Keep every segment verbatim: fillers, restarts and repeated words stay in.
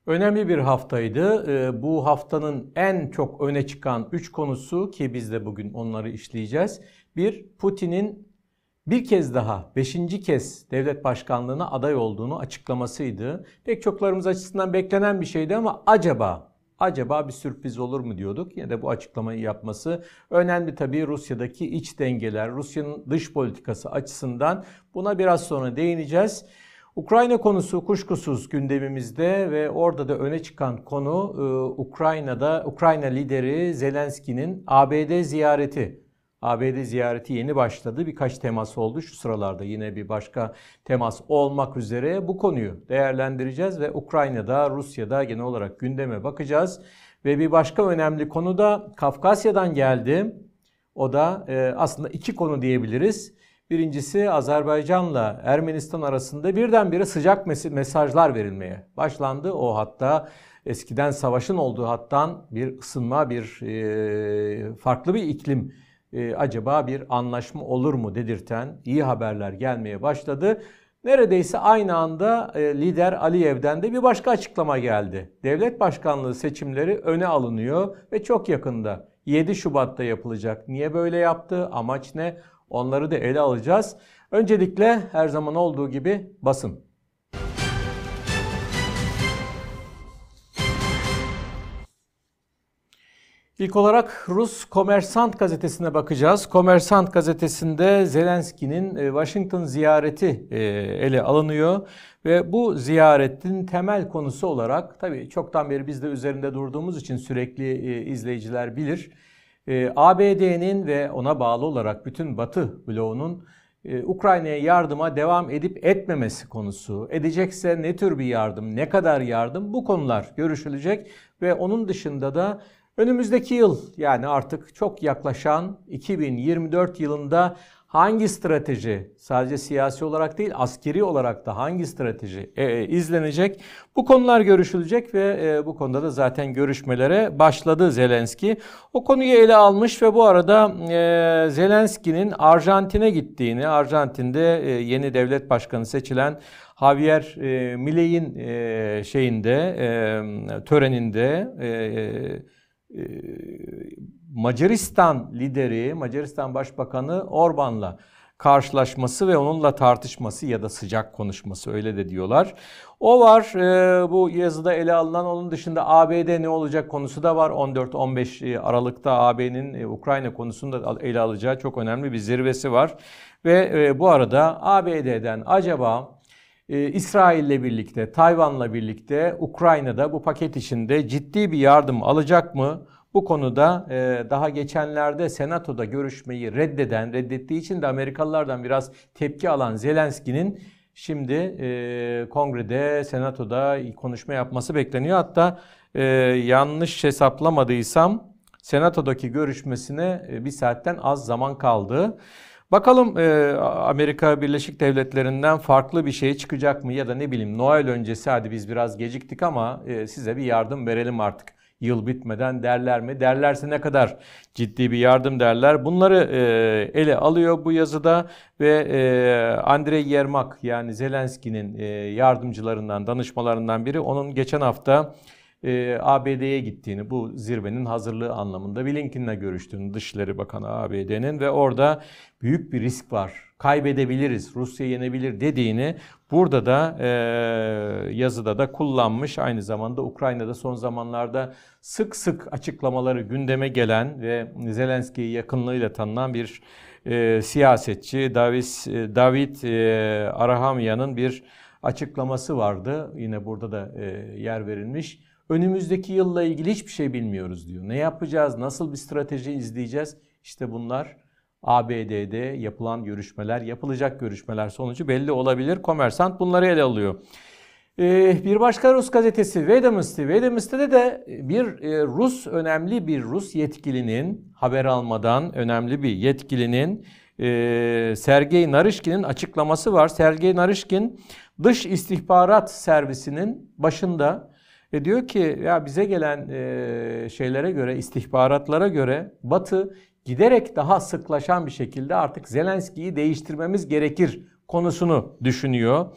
Önemli bir haftaydı. Bu haftanın en çok öne çıkan üç konusu ki biz de bugün onları işleyeceğiz. Bir, Putin'in bir kez daha, beşinci kez devlet başkanlığına aday olduğunu açıklamasıydı. Pek çoklarımız açısından beklenen bir şeydi ama acaba, acaba bir sürpriz olur mu diyorduk. Yine de bu açıklamayı yapması önemli tabii Rusya'daki iç dengeler, Rusya'nın dış politikası açısından buna biraz sonra değineceğiz. Ukrayna konusu kuşkusuz gündemimizde ve orada da öne çıkan konu Ukrayna'da Ukrayna lideri Zelenski'nin A B D ziyareti. A B D ziyareti yeni başladı. Birkaç temas oldu. Şu sıralarda yine bir başka temas olmak üzere bu konuyu değerlendireceğiz ve Ukrayna'da, Rusya'da genel olarak gündeme bakacağız. Ve bir başka önemli konu da Kafkasya'dan geldi. O da aslında iki konu diyebiliriz. Birincisi Azerbaycan'la Ermenistan arasında birdenbire sıcak mesajlar verilmeye başlandı. O hatta eskiden savaşın olduğu hattan bir ısınma, bir e, farklı bir iklim, e, acaba bir anlaşma olur mu dedirten iyi haberler gelmeye başladı. Neredeyse aynı anda e, lider Aliyev'den de bir başka açıklama geldi. Devlet başkanlığı seçimleri öne alınıyor ve çok yakında yedi Şubat'ta yapılacak. Niye böyle yaptı? Amaç ne? Onları da ele alacağız. Öncelikle her zaman olduğu gibi basın. İlk olarak Rus Kommersant gazetesine bakacağız. Kommersant gazetesinde Zelenski'nin Washington ziyareti ele alınıyor. Ve bu ziyaretin temel konusu olarak, tabii çoktan beri biz de üzerinde durduğumuz için sürekli izleyiciler bilir. A B D'nin ve ona bağlı olarak bütün Batı bloğunun Ukrayna'ya yardıma devam edip etmemesi konusu. Edecekse ne tür bir yardım, ne kadar yardım, bu konular görüşülecek. Ve onun dışında da önümüzdeki yıl, yani artık çok yaklaşan iki bin yirmi dört yılında hangi strateji, sadece siyasi olarak değil askeri olarak da hangi strateji e, izlenecek, bu konular görüşülecek ve e, bu konuda da zaten görüşmelere başladı Zelenski. O konuyu ele almış ve bu arada e, Zelenski'nin Arjantin'e gittiğini, Arjantin'de e, yeni devlet başkanı seçilen Javier e, Milei'in e, şeyinde e, töreninde e, e, Macaristan lideri, Macaristan Başbakanı Orban'la karşılaşması ve onunla tartışması ya da sıcak konuşması, öyle de diyorlar. O var, e, bu yazıda ele alınan. Onun dışında A B D ne olacak konusu da var. on dört on beş Aralık'ta A B'nin e, Ukrayna konusunu da ele alacağı çok önemli bir zirvesi var. Ve e, bu arada A B D'den acaba e, İsrail'le birlikte, Tayvan'la birlikte Ukrayna'da bu paket içinde ciddi bir yardım alacak mı? Bu konuda daha geçenlerde Senato'da görüşmeyi reddeden, reddettiği için de Amerikalılardan biraz tepki alan Zelenski'nin şimdi Kongrede, Senato'da konuşma yapması bekleniyor. Hatta yanlış hesaplamadıysam Senato'daki görüşmesine bir saatten az zaman kaldı. Bakalım Amerika Birleşik Devletleri'nden farklı bir şey çıkacak mı ya da ne bileyim Noel öncesi hadi biz biraz geciktik ama size bir yardım verelim artık. Yıl bitmeden derler mi? Derlerse ne kadar ciddi bir yardım derler? Bunları e, ele alıyor bu yazıda ve e, Andrei Yermak, yani Zelenski'nin e, yardımcılarından, danışmalarından biri, onun geçen hafta e, A B D'ye gittiğini, bu zirvenin hazırlığı anlamında Blinken'le görüştüğünü, Dışişleri Bakanı A B D'nin, ve orada büyük bir risk var, kaybedebiliriz, Rusya yenebilir dediğini burada da e, yazıda da kullanmış. Aynı zamanda Ukrayna'da son zamanlarda sık sık açıklamaları gündeme gelen ve Zelenski'ye yakınlığıyla tanınan bir e, siyasetçi David, David e, Arahamyan'ın bir açıklaması vardı. Yine burada da e, yer verilmiş. Önümüzdeki yılla ilgili hiçbir şey bilmiyoruz diyor. Ne yapacağız, nasıl bir strateji izleyeceğiz? İşte bunlar A B D'de yapılan görüşmeler, yapılacak görüşmeler sonucu belli olabilir. Kommersant bunları ele alıyor. Ee, bir başka Rus gazetesi Vedomosti. Vedomosti'de de bir e, Rus, önemli bir Rus yetkilinin, haber almadan önemli bir yetkilinin, e, Sergey Narishkin'in açıklaması var. Sergey Narishkin Dış İstihbarat Servisi'nin başında ve diyor ki ya bize gelen e, şeylere göre, istihbaratlara göre Batı giderek daha sıklaşan bir şekilde artık Zelenski'yi değiştirmemiz gerekir konusunu düşünüyor.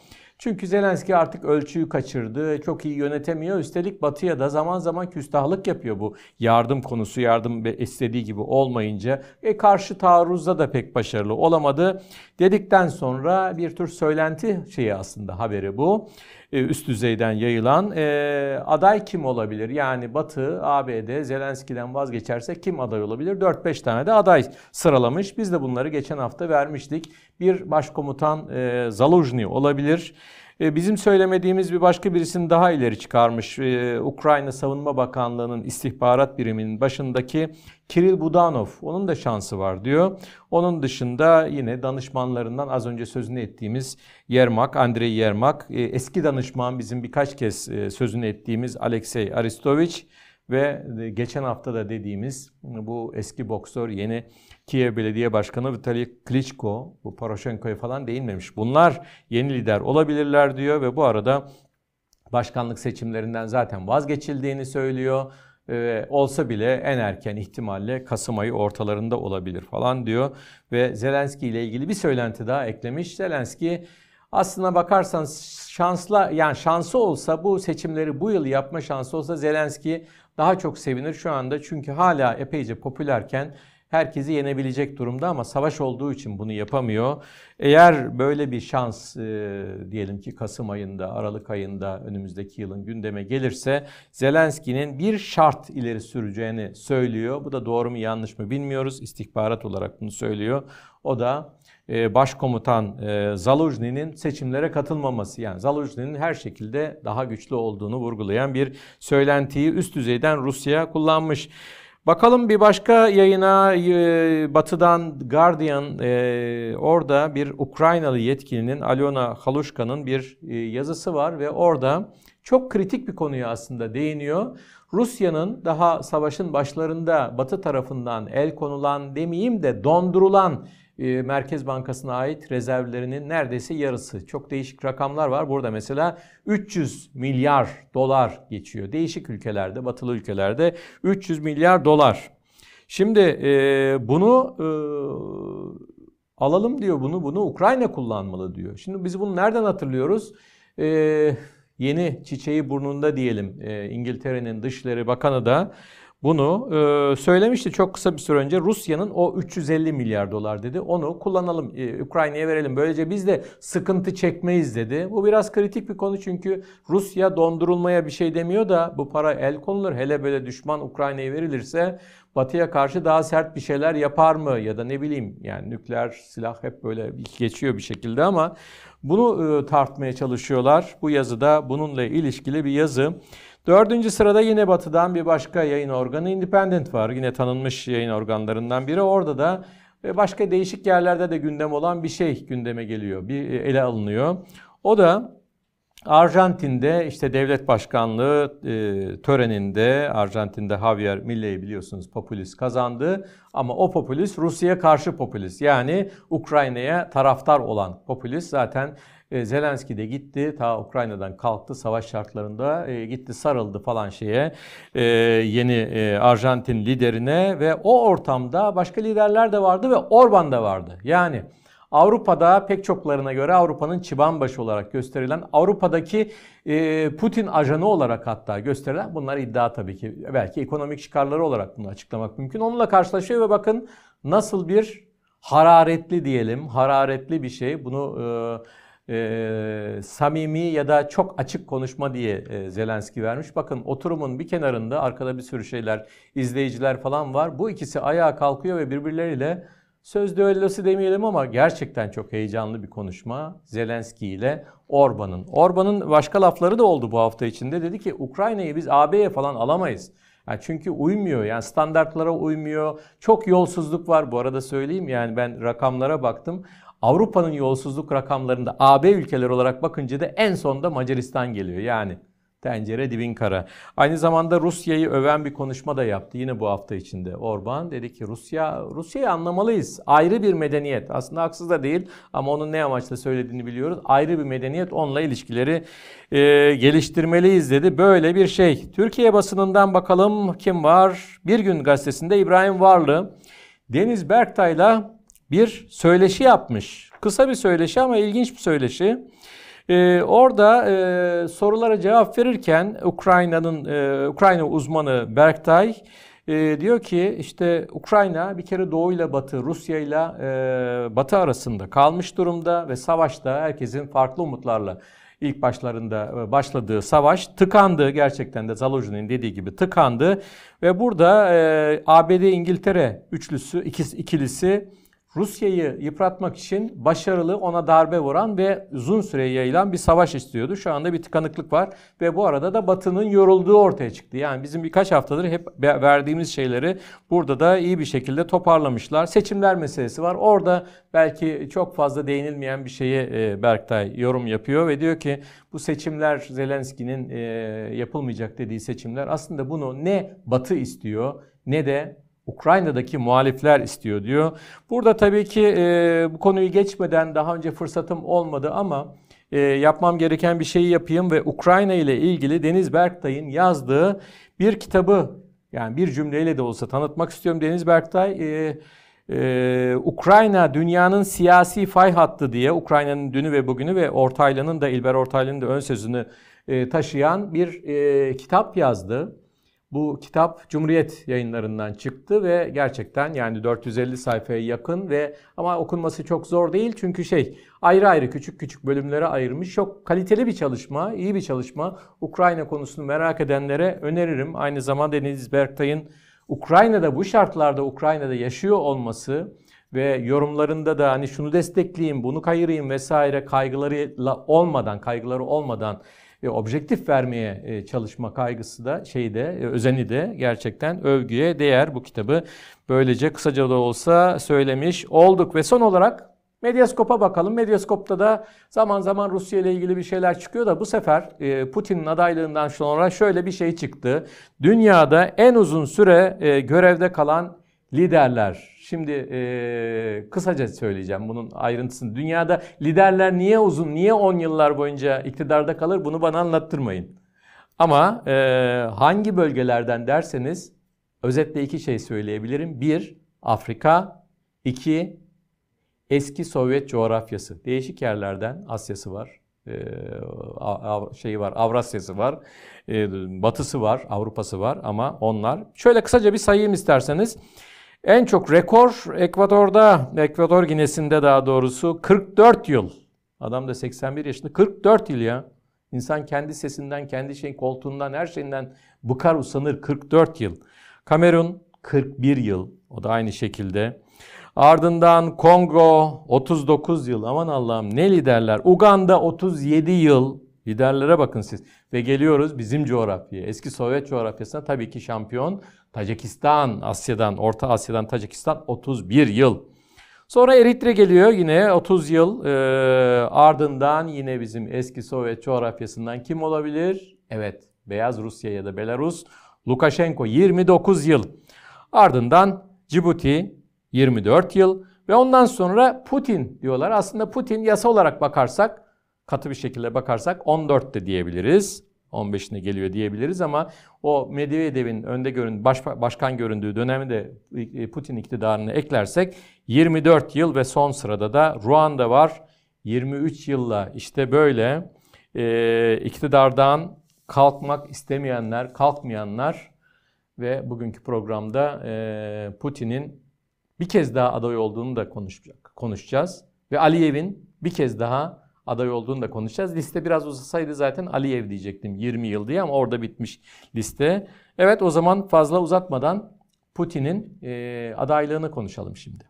Çünkü Zelenski artık ölçüyü kaçırdı, çok iyi yönetemiyor. Üstelik Batı'ya da zaman zaman küstahlık yapıyor bu yardım konusu, yardım istediği gibi olmayınca. E karşı taarruzda da pek başarılı olamadı. Dedikten sonra bir tür söylenti şeyi aslında haberi bu. Üst düzeyden yayılan e, aday kim olabilir? Yani Batı, A B D Zelenski'den vazgeçerse kim aday olabilir? dört beş tane de aday sıralamış. Biz de bunları geçen hafta vermiştik. Bir başkomutan e, Zaluzhny olabilir. E, bizim söylemediğimiz bir başka birisini daha ileri çıkarmış. E, Ukrayna Savunma Bakanlığı'nın istihbarat biriminin başındaki Kiril Budanov. Onun da şansı var diyor. Onun dışında yine danışmanlarından az önce sözünü ettiğimiz Yermak, Andrei Yermak, e, eski danışman bizim birkaç kez e, sözünü ettiğimiz Alexey Arestovich ve geçen hafta da dediğimiz bu eski boksör, yeni Kiev Belediye Başkanı Vitali Klitschko, bu Poroshenko'ya falan değinmemiş. Bunlar yeni lider olabilirler diyor ve bu arada başkanlık seçimlerinden zaten vazgeçildiğini söylüyor. Ee, olsa bile en erken ihtimalle Kasım ayı ortalarında olabilir falan diyor. Ve Zelenski ile ilgili bir söylenti daha eklemiş. Zelenski aslına bakarsan şansla, yani şansı olsa, bu seçimleri bu yıl yapma şansı olsa Zelenski daha çok sevinir şu anda. Çünkü hala epeyce popülerken herkesi yenebilecek durumda ama savaş olduğu için bunu yapamıyor. Eğer böyle bir şans e, diyelim ki Kasım ayında, Aralık ayında önümüzdeki yılın gündeme gelirse Zelenski'nin bir şart ileri süreceğini söylüyor. Bu da doğru mu yanlış mı bilmiyoruz. İstihbarat olarak bunu söylüyor. O da e, Başkomutan e, Zaluzhny'nin seçimlere katılmaması. Yani Zaluzhny'nin her şekilde daha güçlü olduğunu vurgulayan bir söylentiyi üst düzeyden Rusya kullanmış. Bakalım bir başka yayına, Batı'dan Guardian, e, orada bir Ukraynalı yetkilinin, Alyona Haluşka'nın bir e, yazısı var ve orada çok kritik bir konuya aslında değiniyor. Rusya'nın daha savaşın başlarında Batı tarafından el konulan demeyeyim de dondurulan e, Merkez Bankası'na ait rezervlerinin neredeyse yarısı. Çok değişik rakamlar var. Burada mesela üç yüz milyar dolar geçiyor. Değişik ülkelerde, batılı ülkelerde üç yüz milyar dolar. Şimdi e, bunu e, alalım diyor, bunu bunu Ukrayna kullanmalı diyor. Şimdi biz bunu nereden hatırlıyoruz? E, yeni çiçeği burnunda diyelim, e, İngiltere'nin Dışişleri Bakanı da bunu e, söylemişti çok kısa bir süre önce. Rusya'nın o üç yüz elli milyar dolar dedi. Onu kullanalım, e, Ukrayna'ya verelim. Böylece biz de sıkıntı çekmeyiz dedi. Bu biraz kritik bir konu çünkü Rusya dondurulmaya bir şey demiyor da bu para el konulur. Hele böyle düşman Ukrayna'ya verilirse Batı'ya karşı daha sert bir şeyler yapar mı? Ya da ne bileyim, yani nükleer silah hep böyle geçiyor bir şekilde ama bunu e, tartmaya çalışıyorlar. Bu yazıda bununla ilişkili bir yazı. Dördüncü sırada yine Batı'dan bir başka yayın organı Independent var. Yine tanınmış yayın organlarından biri. Orada da başka değişik yerlerde de gündem olan bir şey gündeme geliyor. Bir ele alınıyor. O da Arjantin'de işte devlet başkanlığı e, töreninde Arjantin'de Javier Milei biliyorsunuz popülist kazandı. Ama o popülist Rusya'ya karşı popülist. Yani Ukrayna'ya taraftar olan popülist. Zaten e, Zelenski de gitti, ta Ukrayna'dan kalktı savaş şartlarında, e, gitti sarıldı falan şeye, e, yeni e, Arjantin liderine ve o ortamda başka liderler de vardı ve Orban da vardı. Yani Avrupa'da pek çoklarına göre Avrupa'nın çıbanbaşı olarak gösterilen, Avrupa'daki e, Putin ajanı olarak hatta gösterilen, bunlar iddia tabii ki, belki ekonomik çıkarları olarak bunu açıklamak mümkün. Onunla karşılaşıyor ve bakın nasıl bir hararetli diyelim, hararetli bir şey. Bunu e, e, samimi ya da çok açık konuşma diye e, Zelenski vermiş. Bakın oturumun bir kenarında arkada bir sürü şeyler, izleyiciler falan var. Bu ikisi ayağa kalkıyor ve birbirleriyle söz düellosu demeyelim ama gerçekten çok heyecanlı bir konuşma Zelenski ile Orban'ın. Orban'ın başka lafları da oldu bu hafta içinde. Dedi ki Ukrayna'yı biz A B'ye falan alamayız. Yani çünkü uymuyor, yani standartlara uymuyor. Çok yolsuzluk var bu arada söyleyeyim, yani ben rakamlara baktım. Avrupa'nın yolsuzluk rakamlarında A B ülkeleri olarak bakınca da en sonda Macaristan geliyor. Yani tencere dibin kara. Aynı zamanda Rusya'yı öven bir konuşma da yaptı yine bu hafta içinde Orban. Dedi ki Rusya, Rusya'yı anlamalıyız. Ayrı bir medeniyet. Aslında haksız da değil ama onun ne amaçla söylediğini biliyoruz. Ayrı bir medeniyet, onunla ilişkileri e, geliştirmeliyiz dedi. Böyle bir şey. Türkiye basınından bakalım kim var? Bir Gün gazetesinde İbrahim Varlı Deniz Berktay'la bir söyleşi yapmış. Kısa bir söyleşi ama ilginç bir söyleşi. Ee, orada e, sorulara cevap verirken Ukrayna'nın e, Ukrayna uzmanı Berktay e, diyor ki işte Ukrayna bir kere Doğu ile Batı, Rusya ile e, Batı arasında kalmış durumda ve savaşta herkesin farklı umutlarla ilk başlarında başladığı savaş tıkandı. Gerçekten de Zaluzhnyi'nin dediği gibi tıkandı ve burada e, A B D-İngiltere üçlüsü, ikisi, ikilisi Rusya'yı yıpratmak için başarılı, ona darbe vuran ve uzun süre yayılan bir savaş istiyordu. Şu anda bir tıkanıklık var ve bu arada da Batı'nın yorulduğu ortaya çıktı. Yani bizim birkaç haftadır hep verdiğimiz şeyleri burada da iyi bir şekilde toparlamışlar. Seçimler meselesi var. Orada belki çok fazla değinilmeyen bir şeye Berktay yorum yapıyor ve diyor ki bu seçimler Zelenski'nin yapılmayacak dediği seçimler aslında bunu ne Batı istiyor ne de Ukrayna'daki muhalifler istiyor diyor. Burada tabii ki e, bu konuyu geçmeden daha önce fırsatım olmadı ama e, yapmam gereken bir şeyi yapayım ve Ukrayna ile ilgili Deniz Berktay'ın yazdığı bir kitabı yani bir cümleyle de olsa tanıtmak istiyorum. Deniz Berktay e, e, Ukrayna dünyanın siyasi fay hattı diye Ukrayna'nın dünü ve bugünü ve Ortaylı'nın da İlber Ortaylı'nın da ön sözünü e, taşıyan bir e, kitap yazdı. Bu kitap Cumhuriyet Yayınları'ndan çıktı ve gerçekten yani dört yüz elli sayfaya yakın ve ama okunması çok zor değil çünkü şey ayrı ayrı küçük küçük bölümlere ayırmış. Çok kaliteli bir çalışma, iyi bir çalışma. Ukrayna konusunu merak edenlere öneririm. Aynı zamanda Deniz Berktay'ın Ukrayna'da bu şartlarda Ukrayna'da yaşıyor olması ve yorumlarında da hani şunu destekleyeyim, bunu kayırayım vesaire kaygıları olmadan, kaygıları olmadan E, objektif vermeye e, çalışma kaygısı da şeyde e, özeni de gerçekten övgüye değer bu kitabı. Böylece kısaca da olsa söylemiş olduk ve son olarak Medyaskop'a bakalım. Medyaskop'ta da zaman zaman Rusya ile ilgili bir şeyler çıkıyor da bu sefer e, Putin'in adaylığından sonra şöyle bir şey çıktı. Dünyada en uzun süre e, görevde kalan liderler. Şimdi e, kısaca söyleyeceğim bunun ayrıntısını. Dünyada liderler niye uzun, niye on yıllar boyunca iktidarda kalır bunu bana anlattırmayın. Ama e, hangi bölgelerden derseniz özetle iki şey söyleyebilirim. Bir, Afrika. İki, eski Sovyet coğrafyası. Değişik yerlerden Asya'sı var. E, şeyi var, Avrasya'sı var. E, batısı var, Avrupa'sı var ama onlar. Şöyle kısaca bir sayayım isterseniz. En çok rekor Ekvador'da, Ekvador Ginesi'nde daha doğrusu kırk dört yıl. Adam da seksen bir yaşında. kırk dört yıl ya. İnsan kendi sesinden, kendi şeyin koltuğundan, her şeyinden bıkar, usanır. kırk dört yıl. Kamerun kırk bir yıl. O da aynı şekilde. Ardından Kongo otuz dokuz yıl. Aman Allah'ım ne liderler. Uganda otuz yedi yıl. Liderlere bakın siz. Ve geliyoruz bizim coğrafyaya. Eski Sovyet coğrafyasına tabii ki şampiyon. Tacikistan, Asya'dan, Orta Asya'dan Tacikistan otuz bir yıl. Sonra Eritre geliyor yine otuz yıl. Ee, ardından yine bizim eski Sovyet coğrafyasından kim olabilir? Evet, Beyaz Rusya ya da Belarus. Lukashenko yirmi dokuz yıl. Ardından Cibuti yirmi dört yıl. Ve ondan sonra Putin diyorlar. Aslında Putin yasa olarak bakarsak, katı bir şekilde bakarsak on dört de diyebiliriz. on beşine geliyor diyebiliriz ama o Medvedev'in önde göründüğü, baş, başkan göründüğü dönemi de Putin iktidarını eklersek yirmi dört yıl ve son sırada da Ruanda var. yirmi üç yılla işte böyle e, iktidardan kalkmak istemeyenler, kalkmayanlar ve bugünkü programda e, Putin'in bir kez daha aday olduğunu da konuşacak, konuşacağız. Ve Aliyev'in bir kez daha aday olduğunu da konuşacağız. Liste biraz uzasaydı zaten Aliyev diyecektim yirmi yıl diye ama orada bitmiş liste. Evet o zaman fazla uzatmadan Putin'in e, adaylığını konuşalım şimdi.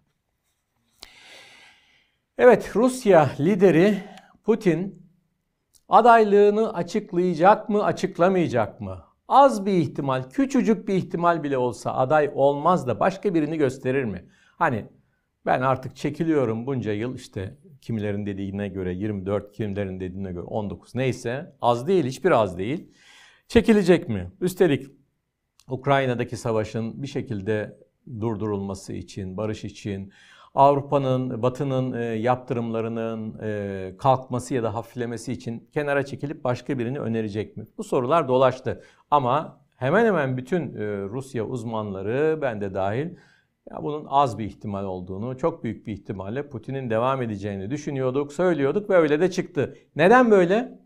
Evet Rusya lideri Putin adaylığını açıklayacak mı açıklamayacak mı? Az bir ihtimal, küçücük bir ihtimal bile olsa aday olmaz da başka birini gösterir mi? Hani ben artık çekiliyorum bunca yıl işte kimilerin dediğine göre yirmi dört, kimilerin dediğine göre on dokuz neyse az değil, hiçbir az değil. Çekilecek mi? Üstelik Ukrayna'daki savaşın bir şekilde durdurulması için, barış için, Avrupa'nın, Batı'nın yaptırımlarının kalkması ya da hafiflemesi için kenara çekilip başka birini önerecek mi? Bu sorular dolaştı ama hemen hemen bütün Rusya uzmanları, ben de dahil, Ya bunun az bir ihtimal olduğunu, çok büyük bir ihtimalle Putin'in devam edeceğini düşünüyorduk, söylüyorduk ve öyle de çıktı. Neden böyle?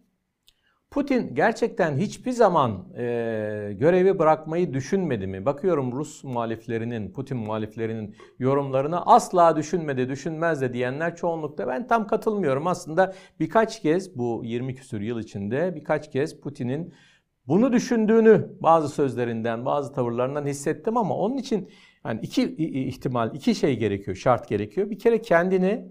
Putin gerçekten hiçbir zaman e, görevi bırakmayı düşünmedi mi? Bakıyorum Rus muhaliflerinin, Putin muhaliflerinin yorumlarına asla düşünmedi, düşünmez de diyenler çoğunlukta. Ben tam katılmıyorum. Aslında birkaç kez bu yirmi küsur yıl içinde birkaç kez Putin'in bunu düşündüğünü bazı sözlerinden, bazı tavırlarından hissettim ama onun için yani iki ihtimal, iki şey gerekiyor, şart gerekiyor. Bir kere kendini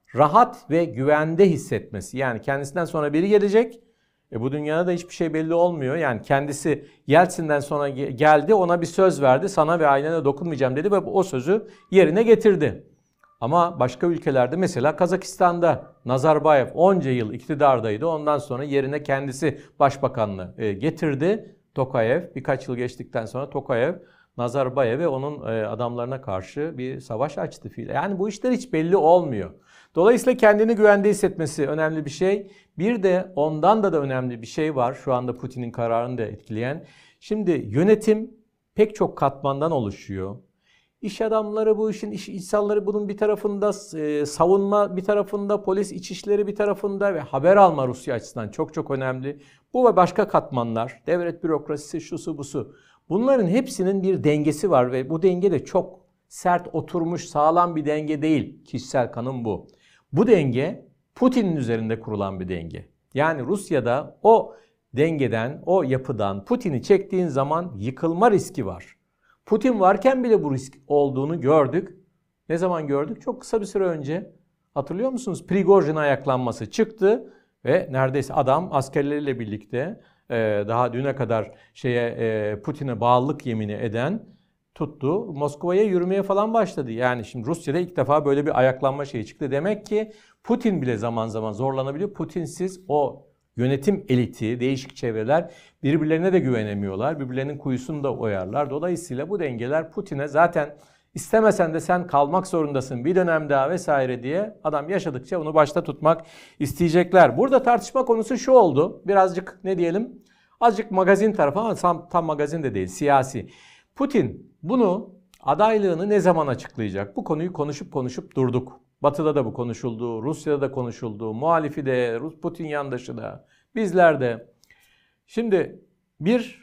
rahat ve güvende hissetmesi. Yani kendisinden sonra biri gelecek. E bu dünyada da hiçbir şey belli olmuyor. Yani kendisi Yeltsin'den sonra geldi, ona bir söz verdi. Sana ve ailene dokunmayacağım dedi ve o sözü yerine getirdi. Ama başka ülkelerde mesela Kazakistan'da Nazarbayev onca yıl iktidardaydı. Ondan sonra yerine kendisi başbakanlığı getirdi. Tokayev birkaç yıl geçtikten sonra Tokayev Nazarbayev ve onun adamlarına karşı bir savaş açtı. Yani bu işler hiç belli olmuyor. Dolayısıyla kendini güvende hissetmesi önemli bir şey. Bir de ondan da da önemli bir şey var. Şu anda Putin'in kararını da etkileyen. Şimdi yönetim pek çok katmandan oluşuyor. İş adamları bu işin, iş insanları bunun bir tarafında, e, savunma bir tarafında, polis içişleri bir tarafında ve haber alma Rusya açısından çok çok önemli. Bu ve başka katmanlar, devlet bürokrasisi, şusu busu. Bunların hepsinin bir dengesi var ve bu denge de çok sert oturmuş, sağlam bir denge değil. Kişisel kanım bu. Bu denge Putin'in üzerinde kurulan bir denge. Yani Rusya'da o dengeden, o yapıdan Putin'i çektiğin zaman yıkılma riski var. Putin varken bile bu risk olduğunu gördük. Ne zaman gördük? Çok kısa bir süre önce. Hatırlıyor musunuz? Prigojin ayaklanması çıktı ve neredeyse adam askerleriyle birlikte daha düne kadar şeye Putin'e bağlılık yemini eden tuttu. Moskova'ya yürümeye falan başladı. Yani şimdi Rusya'da ilk defa böyle bir ayaklanma şeyi çıktı. Demek ki Putin bile zaman zaman zorlanabiliyor. Putinsiz o yönetim eliti, değişik çevreler birbirlerine de güvenemiyorlar. Birbirlerinin kuyusunu da oyarlar. Dolayısıyla bu dengeler Putin'e zaten istemesen de sen kalmak zorundasın bir dönem daha vesaire diye adam yaşadıkça onu başta tutmak isteyecekler. Burada tartışma konusu şu oldu. Birazcık ne diyelim? Azıcık magazin tarafı ama tam, tam magazin de değil, siyasi. Putin bunu adaylığını ne zaman açıklayacak? Bu konuyu konuşup konuşup durduk. Batı'da da bu konuşuldu, Rusya'da da konuşuldu, muhalifi de, Rus Putin yandaşı da, bizler de. Şimdi bir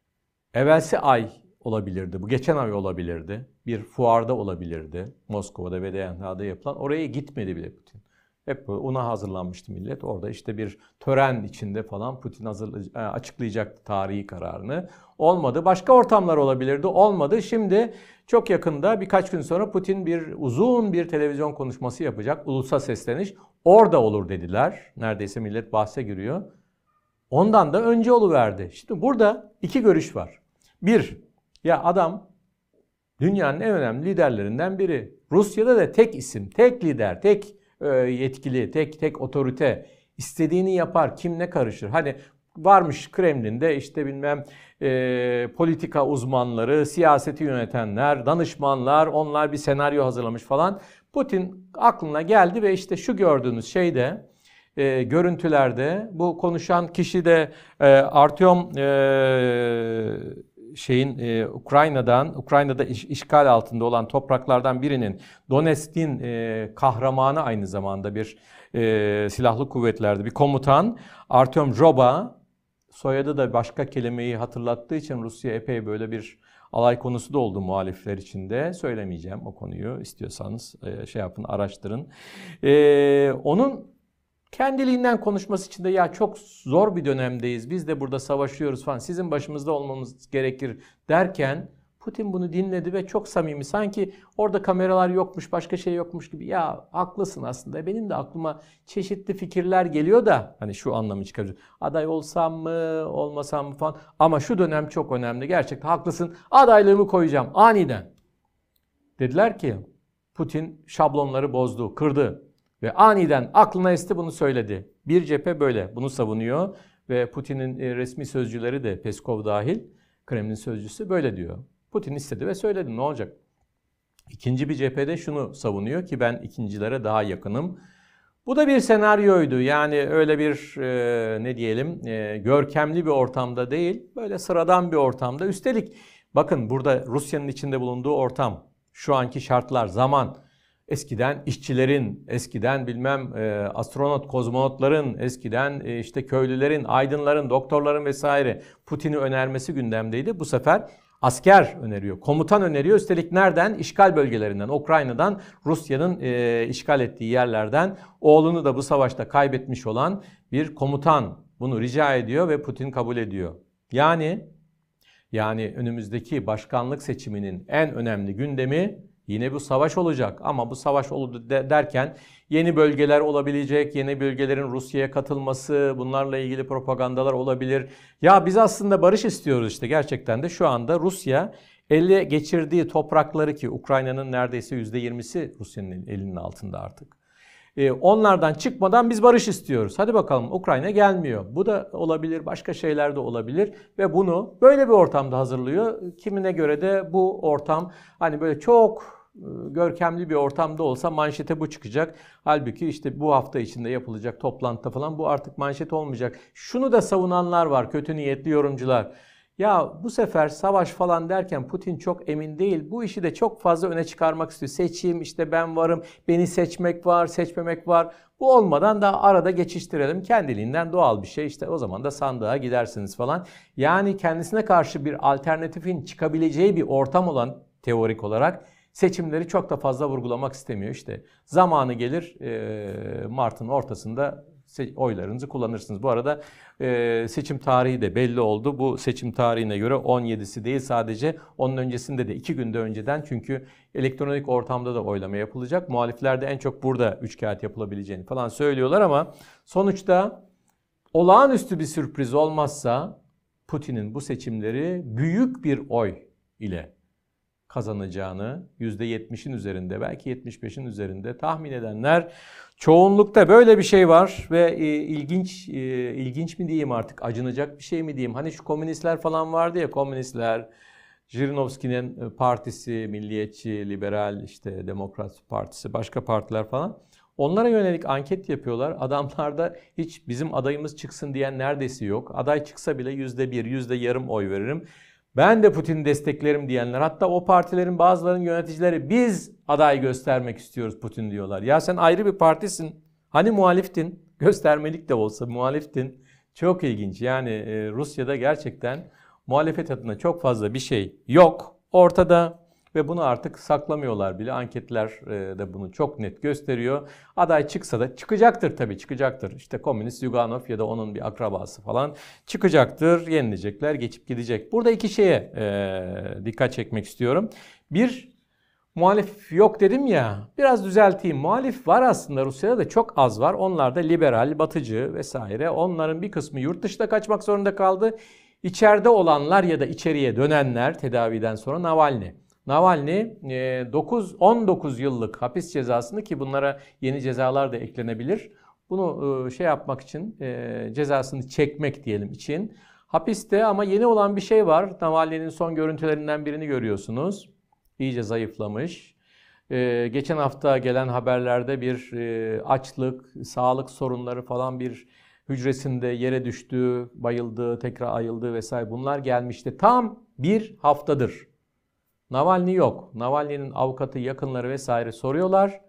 evvelsi ay olabilirdi, bu geçen ay olabilirdi, bir fuarda olabilirdi, Moskova'da ve D N A'da yapılan, oraya gitmedi bile Putin. Hep ona hazırlanmıştı millet. Orada işte bir tören içinde falan Putin hazır, açıklayacaktı tarihi kararını. Olmadı. Başka ortamlar olabilirdi. Olmadı. Şimdi çok yakında birkaç gün sonra Putin bir uzun bir televizyon konuşması yapacak. Ulusa sesleniş. Orada olur dediler. Neredeyse millet bahse giriyor. Ondan da önce oluverdi. Şimdi burada iki görüş var. Bir, ya adam dünyanın en önemli liderlerinden biri. Rusya'da da tek isim, tek lider, tek yetkili, tek tek otorite, istediğini yapar, kim ne karışır. Hani varmış Kremlin'de işte bilmem e, politika uzmanları, siyaseti yönetenler, danışmanlar, onlar bir senaryo hazırlamış falan. Putin aklına geldi ve işte şu gördüğünüz şeyde, e, görüntülerde bu konuşan kişi de e, Artyom e, şeyin e, Ukrayna'dan, Ukrayna'da iş, işgal altında olan topraklardan birinin, Donetsk'in e, kahramanı, aynı zamanda bir e, silahlı kuvvetlerde bir komutan, Artyom Joba, soyadı da başka kelimeyi hatırlattığı için Rusya epey böyle bir alay konusu da oldu muhalifler içinde. Söylemeyeceğim o konuyu, istiyorsanız e, şey yapın, araştırın. E, onun kendiliğinden konuşması için de ya çok zor bir dönemdeyiz, biz de burada savaşıyoruz falan, sizin başımızda olmamız gerekir derken Putin bunu dinledi ve çok samimi, sanki orada kameralar yokmuş, başka şey yokmuş gibi, ya haklısın aslında, benim de aklıma çeşitli fikirler geliyor da hani şu anlamı çıkarıyor. Aday olsam mı olmasam mı falan, ama şu dönem çok önemli, gerçekten haklısın, adaylığımı koyacağım aniden. Dediler ki Putin şablonları bozdu, kırdı. Ve aniden aklına esti, bunu söyledi. Bir cephe böyle bunu savunuyor ve Putin'in resmi sözcüleri de, Peskov dahil, Kremlin sözcüsü böyle diyor. Putin istedi ve söyledi, ne olacak? İkinci bir cephede şunu savunuyor ki ben ikincilere daha yakınım. Bu da bir senaryoydu. Yani öyle bir e, ne diyelim e, görkemli bir ortamda değil, böyle sıradan bir ortamda. Üstelik bakın burada Rusya'nın içinde bulunduğu ortam Şu anki şartlar, zaman, eskiden işçilerin, eskiden bilmem e, astronot, kozmonotların, eskiden e, işte köylülerin, aydınların, doktorların vesaire Putin'i önermesi gündemdeydi. Bu sefer asker öneriyor, komutan öneriyor. Üstelik nereden? İşgal bölgelerinden, Ukrayna'dan, Rusya'nın e, işgal ettiği yerlerden oğlunu da bu savaşta kaybetmiş olan bir komutan bunu rica ediyor ve Putin kabul ediyor. Yani yani önümüzdeki başkanlık seçiminin en önemli gündemi yine bu savaş olacak. Ama bu savaş oldu derken yeni bölgeler olabilecek, yeni bölgelerin Rusya'ya katılması, bunlarla ilgili propagandalar olabilir. Ya biz aslında barış istiyoruz işte, gerçekten de şu anda Rusya ele geçirdiği toprakları, ki Ukrayna'nın neredeyse yüzde yirmisi Rusya'nın elinin altında artık. Onlardan çıkmadan biz barış istiyoruz. Hadi bakalım, Ukrayna gelmiyor. Bu da olabilir, başka şeyler de olabilir ve bunu böyle bir ortamda hazırlıyor. Kimine göre de bu ortam hani böyle çok görkemli bir ortamda olsa manşete bu çıkacak. Halbuki işte bu hafta içinde yapılacak toplantıda falan bu artık manşet olmayacak. Şunu da savunanlar var, kötü niyetli yorumcular. Ya bu sefer savaş falan derken Putin çok emin değil. Bu işi de çok fazla öne çıkarmak istiyor. Seçeyim, işte ben varım, beni seçmek var, seçmemek var. Bu olmadan da arada geçiştirelim. Kendiliğinden doğal bir şey. İşte o zaman da sandığa gidersiniz falan. Yani kendisine karşı bir alternatifin çıkabileceği bir ortam olan, teorik olarak seçimleri çok da fazla vurgulamak istemiyor. İşte zamanı gelir, Mart'ın ortasında oylarınızı kullanırsınız. Bu arada e, seçim tarihi de belli oldu. Bu seçim tarihine göre on yedisi değil, sadece onun öncesinde de iki günde önceden, çünkü elektronik ortamda da oylama yapılacak. Muhalifler de en çok burada üç kağıt yapılabileceğini falan söylüyorlar ama sonuçta olağanüstü bir sürpriz olmazsa Putin'in bu seçimleri büyük bir oy ile kazanacağını, yüzde yetmişin üzerinde, belki yetmiş beşin üzerinde tahmin edenler çoğunlukta. Böyle bir şey var ve e, ilginç e, ilginç mi diyeyim, artık acınacak bir şey mi diyeyim. Hani şu komünistler falan vardı ya, komünistler, Jirinovski'nin partisi, Milliyetçi, Liberal, işte Demokrat Partisi, başka partiler falan. Onlara yönelik anket yapıyorlar. Adamlarda hiç bizim adayımız çıksın diyen neredeyse yok. Aday çıksa bile yüzde bir, yüzde yarım oy veririm. Ben de Putin'i desteklerim diyenler, hatta o partilerin bazılarının yöneticileri biz aday göstermek istiyoruz Putin diyorlar. Ya sen ayrı bir partisin. Hani muhaliftin? Göstermelik de olsa muhaliftin. Çok ilginç. Yani e, Rusya'da gerçekten muhalefet adına çok fazla bir şey yok ortada. Ve bunu artık saklamıyorlar bile. Anketler de bunu çok net gösteriyor. Aday çıksa da, çıkacaktır tabii, çıkacaktır. İşte komünist Zyuganov ya da onun bir akrabası falan çıkacaktır. Yenilecekler, geçip gidecek. Burada iki şeye e, dikkat çekmek istiyorum. Bir, muhalif yok dedim ya, biraz düzelteyim. Muhalif var aslında, Rusya'da da çok az var. Onlar da liberal, batıcı vesaire. Onların bir kısmı yurt dışına kaçmak zorunda kaldı. İçeride olanlar ya da içeriye dönenler tedaviden sonra, Navalny. Navalny dokuz on dokuz yıllık hapis cezasını, ki bunlara yeni cezalar da eklenebilir, bunu şey yapmak için, cezasını çekmek diyelim için hapiste. Ama yeni olan bir şey var. Navalny'nin son görüntülerinden birini görüyorsunuz. İyice zayıflamış. Geçen hafta gelen haberlerde bir açlık, sağlık sorunları falan, bir hücresinde yere düştü, bayıldı, tekrar ayıldı vesaire, bunlar gelmişti. Tam bir haftadır Navalny yok. Navalny'nin avukatı, yakınları vesaire soruyorlar.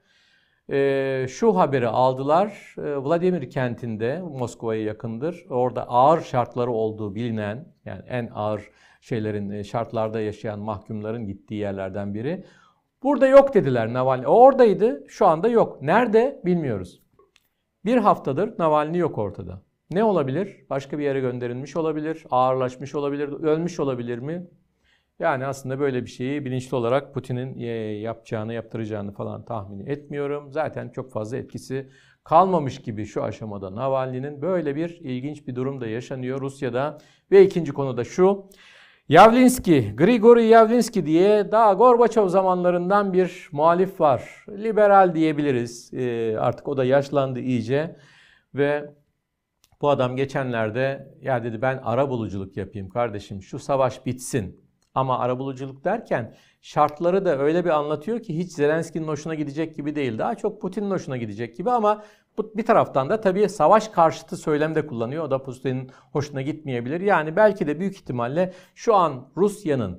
Ee, şu haberi aldılar. Ee, Vladimir kentinde, Moskova'ya yakındır. Orada ağır şartları olduğu bilinen, yani en ağır şeylerin, şartlarda yaşayan mahkumların gittiği yerlerden biri. Burada yok dediler Navalny. O oradaydı, şu anda yok. Nerede bilmiyoruz. Bir haftadır Navalny yok ortada. Ne olabilir? Başka bir yere gönderilmiş olabilir, ağırlaşmış olabilir, ölmüş olabilir mi? Yani aslında böyle bir şeyi bilinçli olarak Putin'in yapacağını, yaptıracağını falan tahmin etmiyorum. Zaten çok fazla etkisi kalmamış gibi şu aşamada Navalny'nin. Böyle bir ilginç bir durum da yaşanıyor Rusya'da. Ve ikinci konu da şu. Yavlinsky, Grigori Yavlinsky diye daha Gorbaçov zamanlarından bir muhalif var. Liberal diyebiliriz. Artık o da yaşlandı iyice. Ve bu adam geçenlerde, ya dedi, ben arabuluculuk yapayım kardeşim, şu savaş bitsin. Ama arabuluculuk derken şartları da öyle bir anlatıyor ki hiç Zelenski'nin hoşuna gidecek gibi değil. Daha çok Putin'in hoşuna gidecek gibi, ama bir taraftan da tabii savaş karşıtı söylem de kullanıyor. O da Putin'in hoşuna gitmeyebilir. Yani belki de büyük ihtimalle şu an Rusya'nın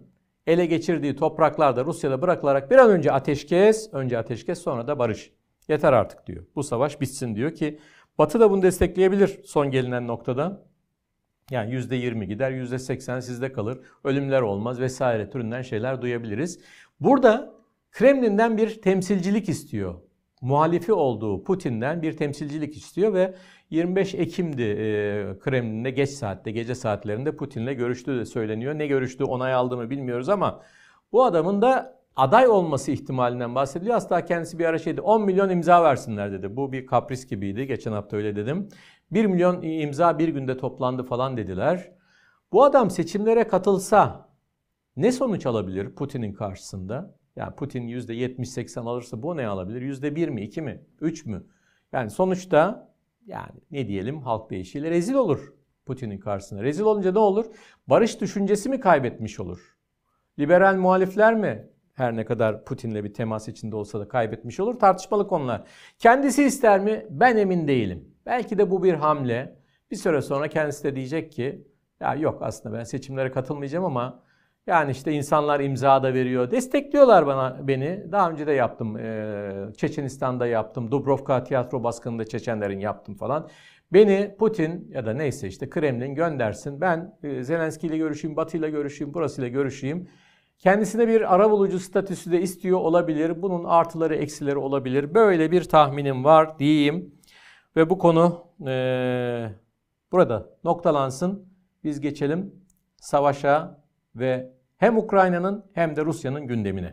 ele geçirdiği topraklarda Rusya'da bırakılarak bir an önce ateşkes, önce ateşkes sonra da barış. Yeter artık diyor. Bu savaş bitsin diyor ki Batı da bunu destekleyebilir son gelinen noktada. Yani yüzde yirmi gider, yüzde seksen sizde kalır, ölümler olmaz vesaire türünden şeyler duyabiliriz. Burada Kremlin'den bir temsilcilik istiyor. Muhalifi olduğu Putin'den bir temsilcilik istiyor ve yirmi beş Ekim'di e, Kremlin'de geç saatte, gece saatlerinde Putin'le görüştüğü de söyleniyor. Ne görüştüğü, onay aldı mı bilmiyoruz ama bu adamın da aday olması ihtimalinden bahsediliyor. Hatta kendisi bir ara şeydi, on milyon imza versinler dedi. Bu bir kapris gibiydi. Geçen hafta öyle dedim. bir milyon imza bir günde toplandı falan dediler. Bu adam seçimlere katılsa ne sonuç alabilir Putin'in karşısında? Yani Putin yüzde yetmiş seksen alırsa bu ne alabilir? yüzde bir mi, iki mi, üç mü? Yani sonuçta yani ne diyelim halk deyişiyle rezil olur Putin'in karşısında. Rezil olunca ne olur? Barış düşüncesi mi kaybetmiş olur? Liberal muhalifler mi her ne kadar Putin'le bir temas içinde olsa da kaybetmiş olur? Tartışmalı konular. Kendisi ister mi? Ben emin değilim. Belki de bu bir hamle. Bir süre sonra kendisi de diyecek ki ya yok aslında ben seçimlere katılmayacağım ama yani işte insanlar imza da veriyor. Destekliyorlar bana beni. Daha önce de yaptım. Ee, Çeçenistan'da yaptım. Dubrovka tiyatro baskınında Çeçenlerin yaptım falan. Beni Putin ya da neyse işte Kremlin göndersin. Ben e, Zelenski ile görüşeyim, Batı ile görüşeyim, burasıyla görüşeyim. Kendisine bir arabulucu statüsü de istiyor olabilir. Bunun artıları eksileri olabilir. Böyle bir tahminim var diyeyim. Ve bu konu e, burada noktalansın. Biz geçelim savaşa ve hem Ukrayna'nın hem de Rusya'nın gündemine.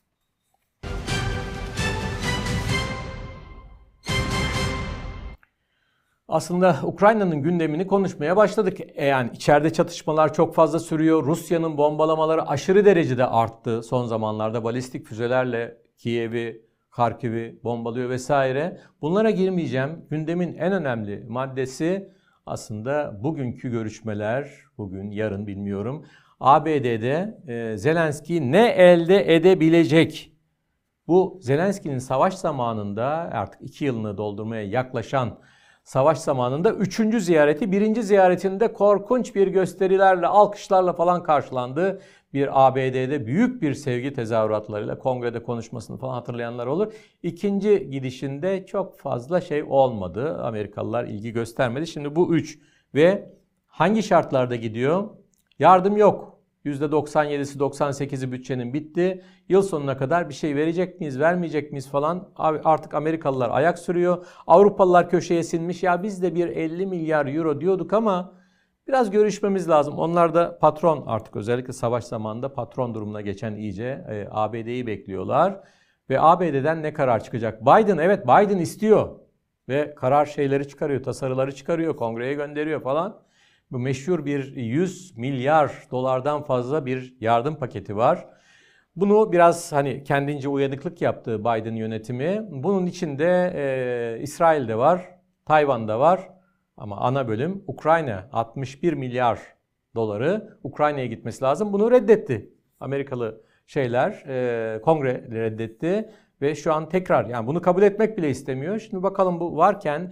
Aslında Ukrayna'nın gündemini konuşmaya başladık. E yani içeride çatışmalar çok fazla sürüyor. Rusya'nın bombalamaları aşırı derecede arttı son zamanlarda. Balistik füzelerle Kiev'i, Kharkiv'i bombalıyor vesaire. Bunlara girmeyeceğim. Gündemin en önemli maddesi aslında bugünkü görüşmeler, bugün, yarın bilmiyorum. A B D'de e, Zelenski ne elde edebilecek? Bu Zelenski'nin savaş zamanında artık iki yılını doldurmaya yaklaşan savaş zamanında üçüncü ziyareti, birinci ziyaretinde korkunç bir gösterilerle, alkışlarla falan karşılandı. Bir A B D'de büyük bir sevgi tezahüratlarıyla kongrede konuşmasını falan hatırlayanlar olur. İkinci gidişinde çok fazla şey olmadı. Amerikalılar ilgi göstermedi. Şimdi bu üç ve hangi şartlarda gidiyor? Yardım yok. yüzde doksan yedisi doksan sekizi bütçenin bitti. Yıl sonuna kadar bir şey verecek miyiz, vermeyecek miyiz falan. Abi artık Amerikalılar ayak sürüyor. Avrupalılar köşeye sinmiş. Ya biz de bir elli milyar euro diyorduk ama biraz görüşmemiz lazım. Onlar da patron artık özellikle savaş zamanında patron durumuna geçen iyice e, A B D'yi bekliyorlar. Ve A B D'den ne karar çıkacak? Biden evet Biden istiyor. Ve karar şeyleri çıkarıyor, tasarıları çıkarıyor, kongreye gönderiyor falan. Bu meşhur bir yüz milyar dolardan fazla bir yardım paketi var. Bunu biraz hani kendince uyanıklık yaptı Biden yönetimi. Bunun içinde e, İsrail'de var, Tayvan'da var ama ana bölüm Ukrayna altmış bir milyar doları Ukrayna'ya gitmesi lazım. Bunu reddetti Amerikalı şeyler, e, kongre reddetti ve şu an tekrar yani bunu kabul etmek bile istemiyor. Şimdi bakalım bu varken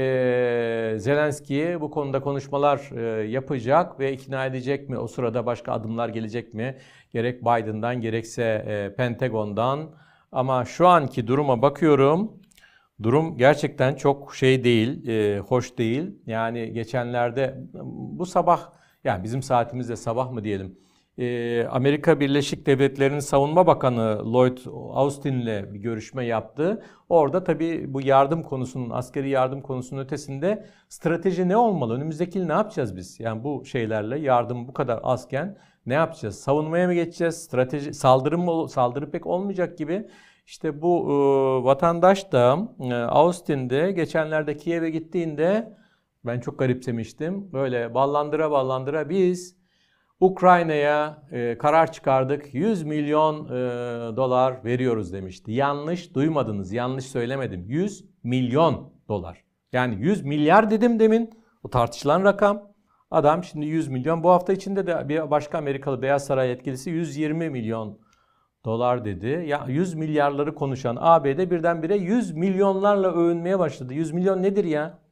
Ee, Zelenski bu konuda konuşmalar e, yapacak ve ikna edecek mi? O sırada başka adımlar gelecek mi? Gerek Biden'dan gerekse e, Pentagon'dan. Ama şu anki duruma bakıyorum. Durum gerçekten çok şey değil, e, hoş değil. Yani geçenlerde bu sabah yani bizim saatimizde sabah mı diyelim? Amerika Birleşik Devletleri'nin Savunma Bakanı Lloyd Austin'le bir görüşme yaptı. Orada tabii bu yardım konusunun, askeri yardım konusunun ötesinde strateji ne olmalı? Önümüzdeki yıl ne yapacağız biz? Yani bu şeylerle yardım bu kadar azken ne yapacağız? Savunmaya mı geçeceğiz? Strateji, saldırı mı? Saldırı pek olmayacak gibi. İşte bu e, vatandaş da e, Austin'de geçenlerde Kiev'e gittiğinde ben çok garipsemiştim. Böyle ballandıra ballandıra biz Ukrayna'ya e, karar çıkardık. yüz milyon e, dolar veriyoruz demişti. Yanlış duymadınız. Yanlış söylemedim. yüz milyon dolar. Yani yüz milyar dedim demin. O tartışılan rakam. Adam şimdi yüz milyon. Bu hafta içinde de bir başka Amerikalı Beyaz Saray yetkilisi yüz yirmi milyon dolar dedi. Ya yüz milyarları konuşan A B D birdenbire yüz milyonlarla övünmeye başladı. yüz milyon nedir ya?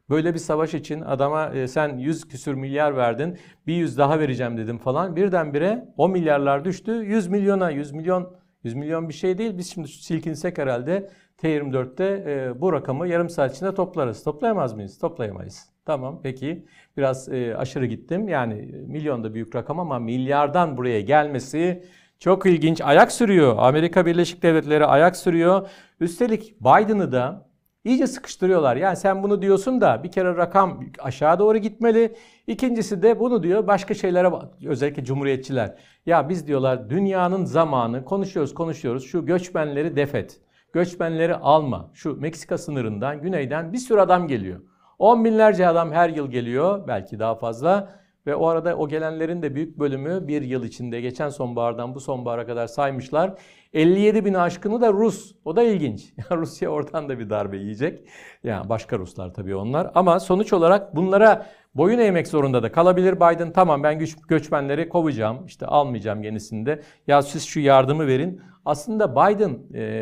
Böyle bir savaş için adama e, sen yüz küsür milyar verdin, bir yüz daha vereceğim dedim falan. Birdenbire o milyarlar düştü yüz milyona, yüz milyon, yüz milyon bir şey değil. Biz şimdi silkinsek herhalde T yirmi dörtte e, bu rakamı yarım saat içinde toplarız. Toplayamaz mıyız? Toplayamayız. Tamam peki biraz e, aşırı gittim. Yani milyon da büyük rakam ama milyardan buraya gelmesi çok ilginç. Ayak sürüyor. Amerika Birleşik Devletleri ayak sürüyor. Üstelik Biden'ı da iyice sıkıştırıyorlar. Yani sen bunu diyorsun da bir kere rakam aşağı doğru gitmeli. İkincisi de bunu diyor başka şeylere, özellikle cumhuriyetçiler. Ya biz diyorlar dünyanın zamanı, konuşuyoruz konuşuyoruz şu göçmenleri def et. Göçmenleri alma. Şu Meksika sınırından, güneyden bir sürü adam geliyor. On binlerce adam her yıl geliyor, belki daha fazla. Ve o arada o gelenlerin de büyük bölümü bir yıl içinde, geçen sonbahardan bu sonbahara kadar saymışlar. elli yedi bin aşkını da Rus. O da ilginç. Rusya oradan da bir darbe yiyecek. Yani başka Ruslar tabii onlar. Ama sonuç olarak bunlara boyun eğmek zorunda da kalabilir Biden. Tamam ben güç, göçmenleri kovacağım, işte almayacağım yenisinde. Ya siz şu yardımı verin. Aslında Biden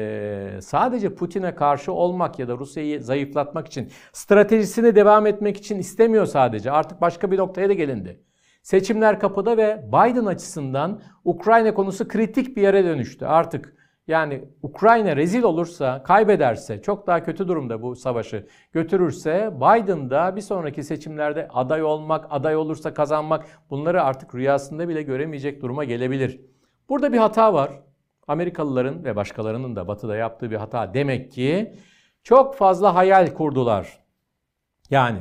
e, sadece Putin'e karşı olmak ya da Rusya'yı zayıflatmak için, stratejisine devam etmek için istemiyor sadece. Artık başka bir noktaya da gelindi. Seçimler kapıda ve Biden açısından Ukrayna konusu kritik bir yere dönüştü. Artık yani Ukrayna rezil olursa, kaybederse, çok daha kötü durumda bu savaşı götürürse, Biden da bir sonraki seçimlerde aday olmak, aday olursa kazanmak, bunları artık rüyasında bile göremeyecek duruma gelebilir. Burada bir hata var. Amerikalıların ve başkalarının da Batı'da yaptığı bir hata. Demek ki çok fazla hayal kurdular. Yani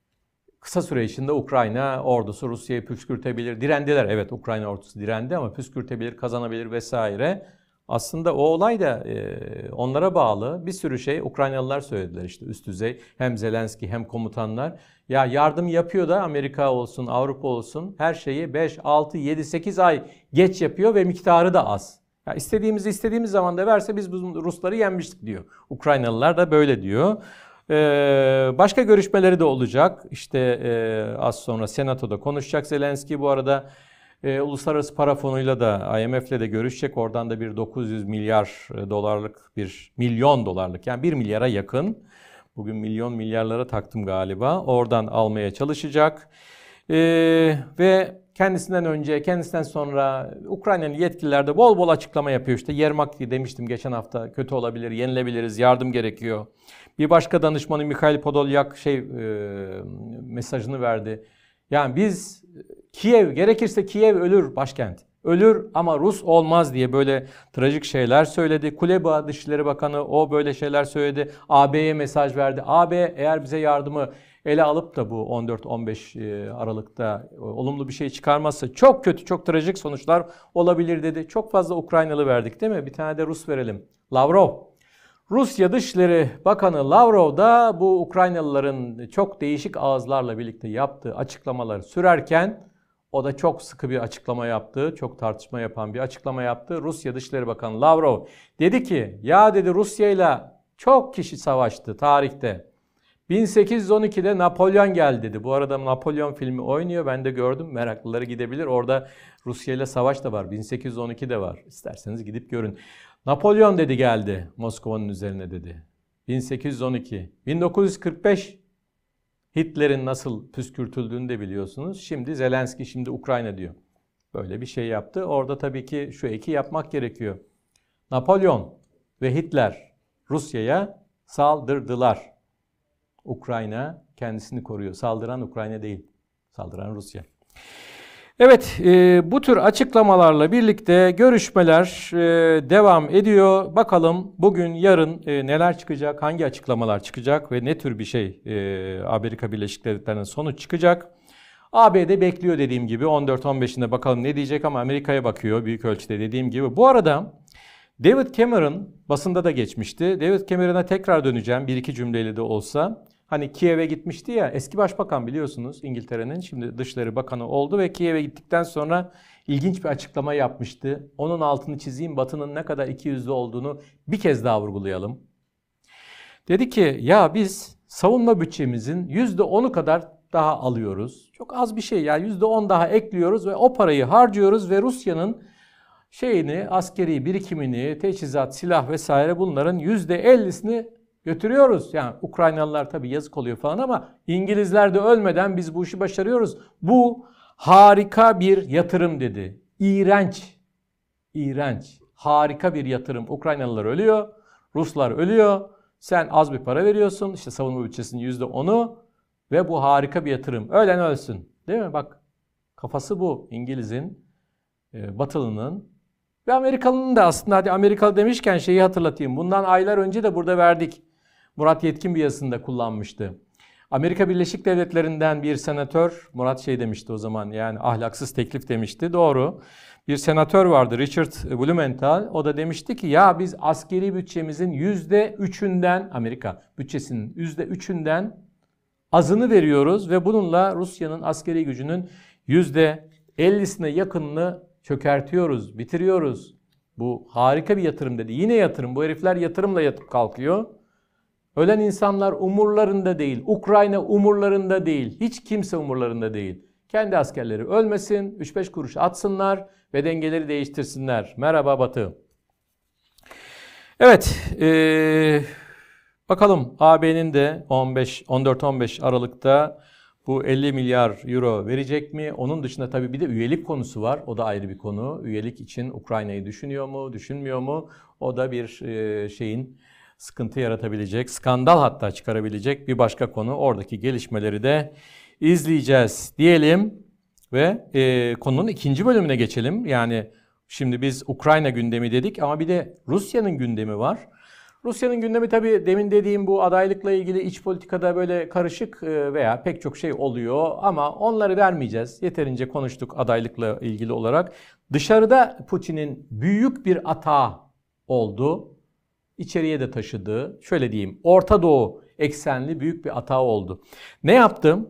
kısa süre içinde Ukrayna ordusu Rusya'yı püskürtebilir. Direndiler. Evet, Ukrayna ordusu direndi ama püskürtebilir, kazanabilir vesaire. Aslında o olay da e, onlara bağlı. Bir sürü şey Ukraynalılar söylediler işte üst düzey. Hem Zelenski hem komutanlar. Ya yardım yapıyor da Amerika olsun, Avrupa olsun her şeyi beş, altı, yedi, sekiz ay geç yapıyor ve miktarı da az. Ya istediğimizi istediğimiz zaman da verse biz bu Rusları yenmiştik diyor. Ukraynalılar da böyle diyor. Ee, başka görüşmeleri de olacak. İşte e, az sonra Senato'da konuşacak Zelenski. Bu arada e, Uluslararası Para Fonu'yla da I M F'le de görüşecek. Oradan da bir dokuz yüz milyar dolarlık, bir milyon dolarlık, yani bir milyara yakın. Bugün milyon milyarlara taktım galiba. Oradan almaya çalışacak. Ee, ve kendisinden önce, kendisinden sonra Ukraynalı yetkililer de bol bol açıklama yapıyor. İşte Yermak demiştim geçen hafta, kötü olabilir, yenilebiliriz, yardım gerekiyor. Bir başka danışmanı Mikhail Podolyak şey e, mesajını verdi. Yani biz Kiev, gerekirse Kiev ölür başkent. Ölür ama Rus olmaz diye böyle trajik şeyler söyledi. Kuleba Dışişleri Bakanı o böyle şeyler söyledi. A B'ye mesaj verdi. A B eğer bize yardımı ele alıp da bu on dört on beş Aralık'ta olumlu bir şey çıkarmazsa çok kötü, çok trajik sonuçlar olabilir dedi. Çok fazla Ukraynalı verdik değil mi? Bir tane de Rus verelim. Lavrov. Rusya Dışişleri Bakanı Lavrov da bu Ukraynalıların çok değişik ağızlarla birlikte yaptığı açıklamaları sürerken o da çok sıkı bir açıklama yaptı. Çok tartışma yapan bir açıklama yaptı. Rusya Dışişleri Bakanı Lavrov dedi ki ya dedi Rusya ile çok kişi savaştı tarihte. bin sekiz yüz on ikide Napolyon geldi dedi. Bu arada Napolyon filmi oynuyor. Ben de gördüm. Meraklıları gidebilir. Orada Rusya ile savaş da var. bin sekiz yüz on ikide var. İsterseniz gidip görün. Napolyon dedi geldi Moskova'nın üzerine dedi. bin sekiz yüz on iki. bin dokuz yüz kırk beş Hitler'in nasıl püskürtüldüğünü de biliyorsunuz. Şimdi Zelenski, şimdi Ukrayna diyor. Böyle bir şey yaptı. Orada tabii ki şu eki yapmak gerekiyor. Napolyon ve Hitler Rusya'ya saldırdılar. Ukrayna kendisini koruyor. Saldıran Ukrayna değil. Saldıran Rusya. Evet, e, bu tür açıklamalarla birlikte görüşmeler e, devam ediyor. Bakalım bugün, yarın e, neler çıkacak, hangi açıklamalar çıkacak ve ne tür bir şey e, Amerika Birleşik Devletleri'nin sonuç çıkacak. A B D bekliyor dediğim gibi on dört on beşinde bakalım ne diyecek ama Amerika'ya bakıyor büyük ölçüde dediğim gibi. Bu arada David Cameron basında da geçmişti. David Cameron'a tekrar döneceğim bir iki cümleyle de olsa. Hani Kiev'e gitmişti ya, eski başbakan biliyorsunuz İngiltere'nin, şimdi Dışişleri Bakanı oldu ve Kiev'e gittikten sonra ilginç bir açıklama yapmıştı. Onun altını çizeyim, Batı'nın ne kadar ikiyüzlü olduğunu bir kez daha vurgulayalım. Dedi ki ya biz savunma bütçemizin yüzde onu kadar daha alıyoruz. Çok az bir şey ya, yüzde on daha ekliyoruz ve o parayı harcıyoruz ve Rusya'nın şeyini, askeri birikimini, teçhizat, silah vesaire bunların yüzde ellisini Götürüyoruz. Yani Ukraynalılar tabii yazık oluyor falan ama İngilizler de ölmeden biz bu işi başarıyoruz. Bu harika bir yatırım dedi. İğrenç. İğrenç. Harika bir yatırım. Ukraynalılar ölüyor. Ruslar ölüyor. Sen az bir para veriyorsun. İşte savunma bütçesinin yüzde onu ve bu harika bir yatırım. Ölen ölsün. Değil mi? Bak kafası bu. İngiliz'in, Batılı'nın ve Amerikalı'nın da aslında, hadi Amerikalı demişken şeyi hatırlatayım. Bundan aylar önce de burada verdik. Murat Yetkin bir yazısında kullanmıştı. Amerika Birleşik Devletleri'nden bir senatör, Murat şey demişti o zaman, yani ahlaksız teklif demişti. Doğru. Bir senatör vardı, Richard Blumenthal. O da demişti ki ya biz askeri bütçemizin yüzde üçünden, Amerika bütçesinin yüzde üçünden azını veriyoruz ve bununla Rusya'nın askeri gücünün yüzde ellisine yakınını çökertiyoruz, bitiriyoruz. Bu harika bir yatırım dedi. Yine yatırım. Bu herifler yatırımla yatıp kalkıyor. Ölen insanlar umurlarında değil. Ukrayna umurlarında değil. Hiç kimse umurlarında değil. Kendi askerleri ölmesin, üç beş kuruş atsınlar ve dengeleri değiştirsinler. Merhaba Batı. Evet, ee, bakalım A B'nin de on beş on dört on beş Aralık'ta bu elli milyar euro verecek mi? Onun dışında tabii bir de üyelik konusu var. O da ayrı bir konu. Üyelik için Ukrayna'yı düşünüyor mu, düşünmüyor mu? O da bir ee, şeyin sıkıntı yaratabilecek, skandal hatta çıkarabilecek bir başka konu. Oradaki gelişmeleri de izleyeceğiz diyelim ve e, konunun ikinci bölümüne geçelim. Yani şimdi biz Ukrayna gündemi dedik ama bir de Rusya'nın gündemi var. Rusya'nın gündemi tabii demin dediğim bu adaylıkla ilgili iç politikada böyle karışık veya pek çok şey oluyor ama onları vermeyeceğiz. Yeterince konuştuk adaylıkla ilgili olarak. Dışarıda Putin'in büyük bir atağı oldu. İçeriye de taşıdığı, şöyle diyeyim, Orta Doğu eksenli büyük bir atağı oldu. Ne yaptım?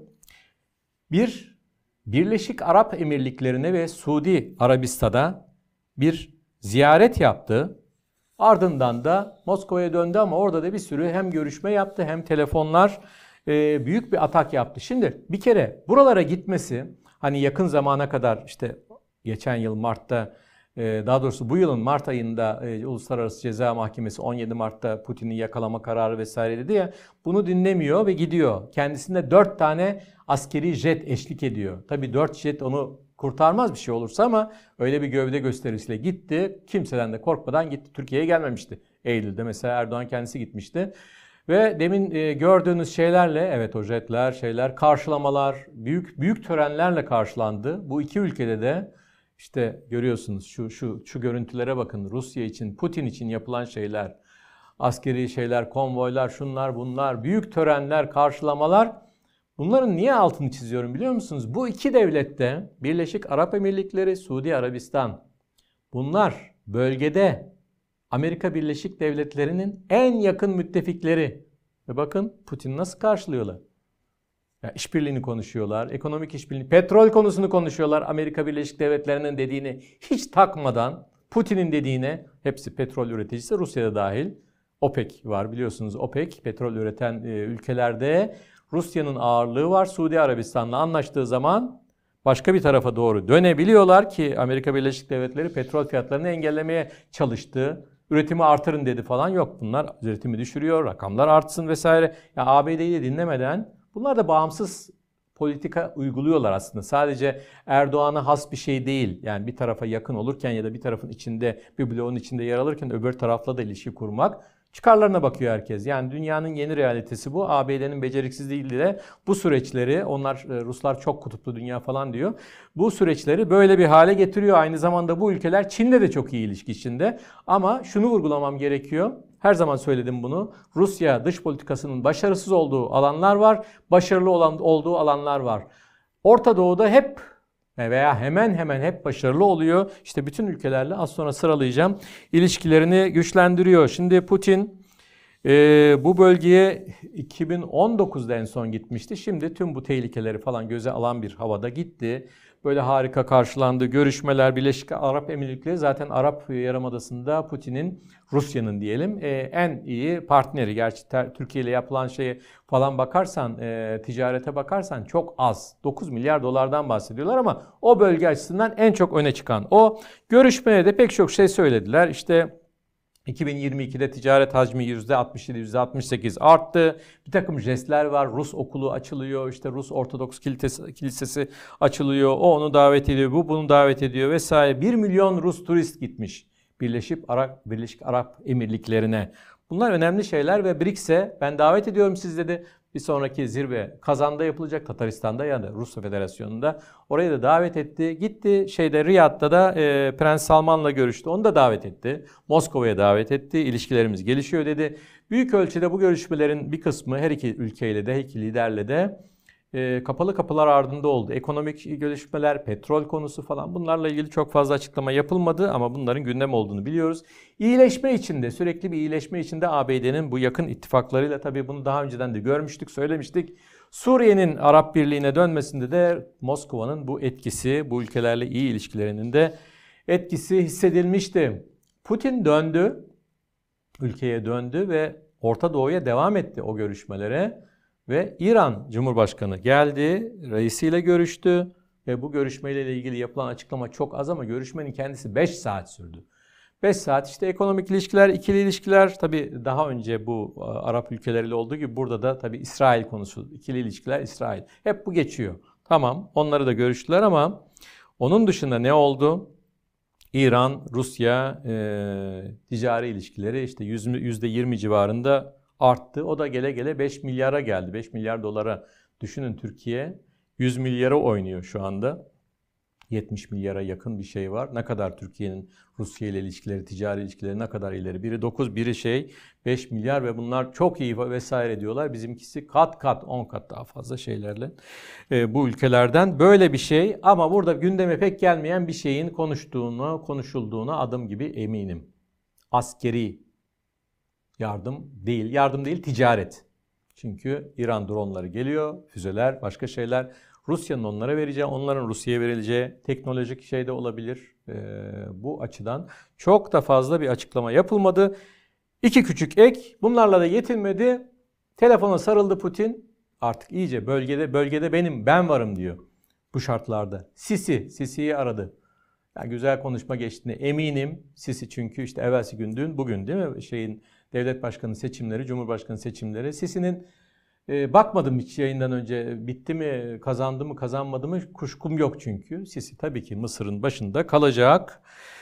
Bir, Birleşik Arap Emirlikleri'ne ve Suudi Arabistan'a bir ziyaret yaptı. Ardından da Moskova'ya döndü ama orada da bir sürü hem görüşme yaptı hem telefonlar, e, büyük bir atak yaptı. Şimdi bir kere buralara gitmesi, hani yakın zamana kadar işte geçen yıl Mart'ta, daha doğrusu bu yılın Mart ayında e, Uluslararası Ceza Mahkemesi on yedi Mart'ta Putin'i yakalama kararı vesaire dedi ya, bunu dinlemiyor ve gidiyor. Kendisinde dört tane askeri jet eşlik ediyor. Tabii dört jet onu kurtarmaz bir şey olursa ama öyle bir gövde gösterisiyle gitti. Kimseden de korkmadan gitti. Türkiye'ye gelmemişti. Eylül'de mesela Erdoğan kendisi gitmişti. Ve demin e, gördüğünüz şeylerle, evet o jetler, şeyler, karşılamalar, büyük büyük törenlerle karşılandı. Bu iki ülkede de İşte görüyorsunuz şu şu şu görüntülere bakın. Rusya için, Putin için yapılan şeyler, askeri şeyler, konvoylar, şunlar bunlar, büyük törenler, karşılamalar. Bunların niye altını çiziyorum biliyor musunuz? Bu iki devlette Birleşik Arap Emirlikleri, Suudi Arabistan, bunlar bölgede Amerika Birleşik Devletleri'nin en yakın müttefikleri. Ve bakın Putin nasıl karşılıyorlar. Ya işbirliğini konuşuyorlar, ekonomik işbirliği, petrol konusunu konuşuyorlar. Amerika Birleşik Devletleri'nin dediğini hiç takmadan, Putin'in dediğine, hepsi petrol üreticisi, Rusya'da dahil. OPEC var biliyorsunuz, OPEC petrol üreten e, ülkelerde Rusya'nın ağırlığı var. Suudi Arabistan'la anlaştığı zaman başka bir tarafa doğru dönebiliyorlar ki Amerika Birleşik Devletleri petrol fiyatlarını engellemeye çalıştı. Üretimi artırın dedi falan, yok bunlar üretimi düşürüyor, rakamlar artsın vesaire. Ya A B D'yi de dinlemeden bunlar da bağımsız politika uyguluyorlar aslında. Sadece Erdoğan'a has bir şey değil. Yani bir tarafa yakın olurken ya da bir tarafın içinde, bir bloğun içinde yer alırken öbür tarafla da ilişki kurmak. Çıkarlarına bakıyor herkes. Yani dünyanın yeni realitesi bu. A B D'nin beceriksizliği de bu süreçleri, onlar Ruslar çok kutuplu dünya falan diyor. Bu süreçleri böyle bir hale getiriyor. Aynı zamanda bu ülkeler Çin'le de çok iyi ilişki içinde. Ama şunu vurgulamam gerekiyor. Her zaman söyledim bunu. Rusya dış politikasının başarısız olduğu alanlar var, başarılı olan olduğu alanlar var. Orta Doğu'da hep veya hemen hemen hep başarılı oluyor. İşte bütün ülkelerle az sonra sıralayacağım. İlişkilerini güçlendiriyor. Şimdi Putin e, bu bölgeye iki bin on dokuzda en son gitmişti. Şimdi tüm bu tehlikeleri falan göze alan bir havada gitti. Böyle harika karşılandı. Görüşmeler, Birleşik Arap Emirlikleri zaten Arap Yarımadası'nda Putin'in, Rusya'nın diyelim e, en iyi partneri. Gerçi ter, Türkiye ile yapılan şeye falan bakarsan, e, ticarete bakarsan çok az. dokuz milyar dolardan bahsediyorlar ama o bölge açısından en çok öne çıkan o. Görüşmeye de pek çok şey söylediler. İşte iki bin yirmi ikide ticaret hacmi yüzde altmış yedi yüzde altmış sekiz arttı. Bir takım jestler var. Rus okulu açılıyor. İşte Rus Ortodoks Kilisesi, Kilisesi açılıyor. O onu davet ediyor. Bu bunu davet ediyor vesaire. bir milyon Rus turist gitmiş Birleşik Arap, Birleşik Arap Emirlikleri'ne. Bunlar önemli şeyler ve B R I C S'e ben davet ediyorum siz dedi. Bir sonraki zirve Kazan'da yapılacak, Tataristan'da ya da Rusya Federasyonu'nda. Oraya da davet etti. Gitti şeyde Riyad'da da e, Prens Salman'la görüştü. Onu da davet etti. Moskova'ya davet etti. İlişkilerimiz gelişiyor dedi. Büyük ölçüde bu görüşmelerin bir kısmı her iki ülkeyle de, her iki liderle de e, kapalı kapılar ardında oldu. Ekonomik görüşmeler, petrol konusu falan bunlarla ilgili çok fazla açıklama yapılmadı ama bunların gündem olduğunu biliyoruz. İyileşme içinde, sürekli bir iyileşme içinde A B D'nin bu yakın ittifaklarıyla tabii bunu daha önceden de görmüştük, söylemiştik. Suriye'nin Arap Birliği'ne dönmesinde de Moskova'nın bu etkisi, bu ülkelerle iyi ilişkilerinin de etkisi hissedilmişti. Putin döndü, ülkeye döndü ve Orta Doğu'ya devam etti o görüşmelere. Ve İran Cumhurbaşkanı geldi, reisiyle görüştü ve bu görüşmeyle ilgili yapılan açıklama çok az ama görüşmenin kendisi beş saat sürdü. beş saat işte ekonomik ilişkiler, ikili ilişkiler tabii daha önce bu Arap ülkeleriyle olduğu gibi burada da tabii İsrail konusu, ikili ilişkiler İsrail. Hep bu geçiyor. Tamam onları da görüştüler ama onun dışında ne oldu? İran, Rusya e, ticari ilişkileri işte yüzde yirmi civarında arttı. O da gele gele beş milyara geldi. beş milyar dolara düşünün Türkiye yüz milyara oynuyor şu anda. yetmiş milyara yakın bir şey var. Ne kadar Türkiye'nin Rusya ile ilişkileri, ticari ilişkileri ne kadar ileri. Biri dokuz, biri şey beş milyar ve bunlar çok iyi vesaire diyorlar. Bizimkisi kat kat on kat daha fazla şeylerle e, bu ülkelerden böyle bir şey. Ama burada gündeme pek gelmeyen bir şeyin konuştuğunu, konuşulduğuna adım gibi eminim. Askeri yardım değil, yardım değil ticaret. Çünkü İran dronları geliyor, füzeler, başka şeyler. Rusya'nın onlara vereceği, onların Rusya'ya verileceği teknolojik şey de olabilir. Ee, bu açıdan çok da fazla bir açıklama yapılmadı. İki küçük ek, bunlarla da yetinmedi. Telefona sarıldı Putin. Artık iyice bölgede bölgede benim, ben varım diyor bu şartlarda. Sisi, Sisi'yi aradı. Yani güzel konuşma geçtiğine eminim. Sisi çünkü işte evvelsi gün dün, bugün değil mi? Şeyin devlet başkanı seçimleri, cumhurbaşkanı seçimleri. Sisi'nin e, bakmadım hiç yayından önce bitti mi, kazandı mı, kazanmadı mı kuşkum yok çünkü. Sisi tabii ki Mısır'ın başında kalacak.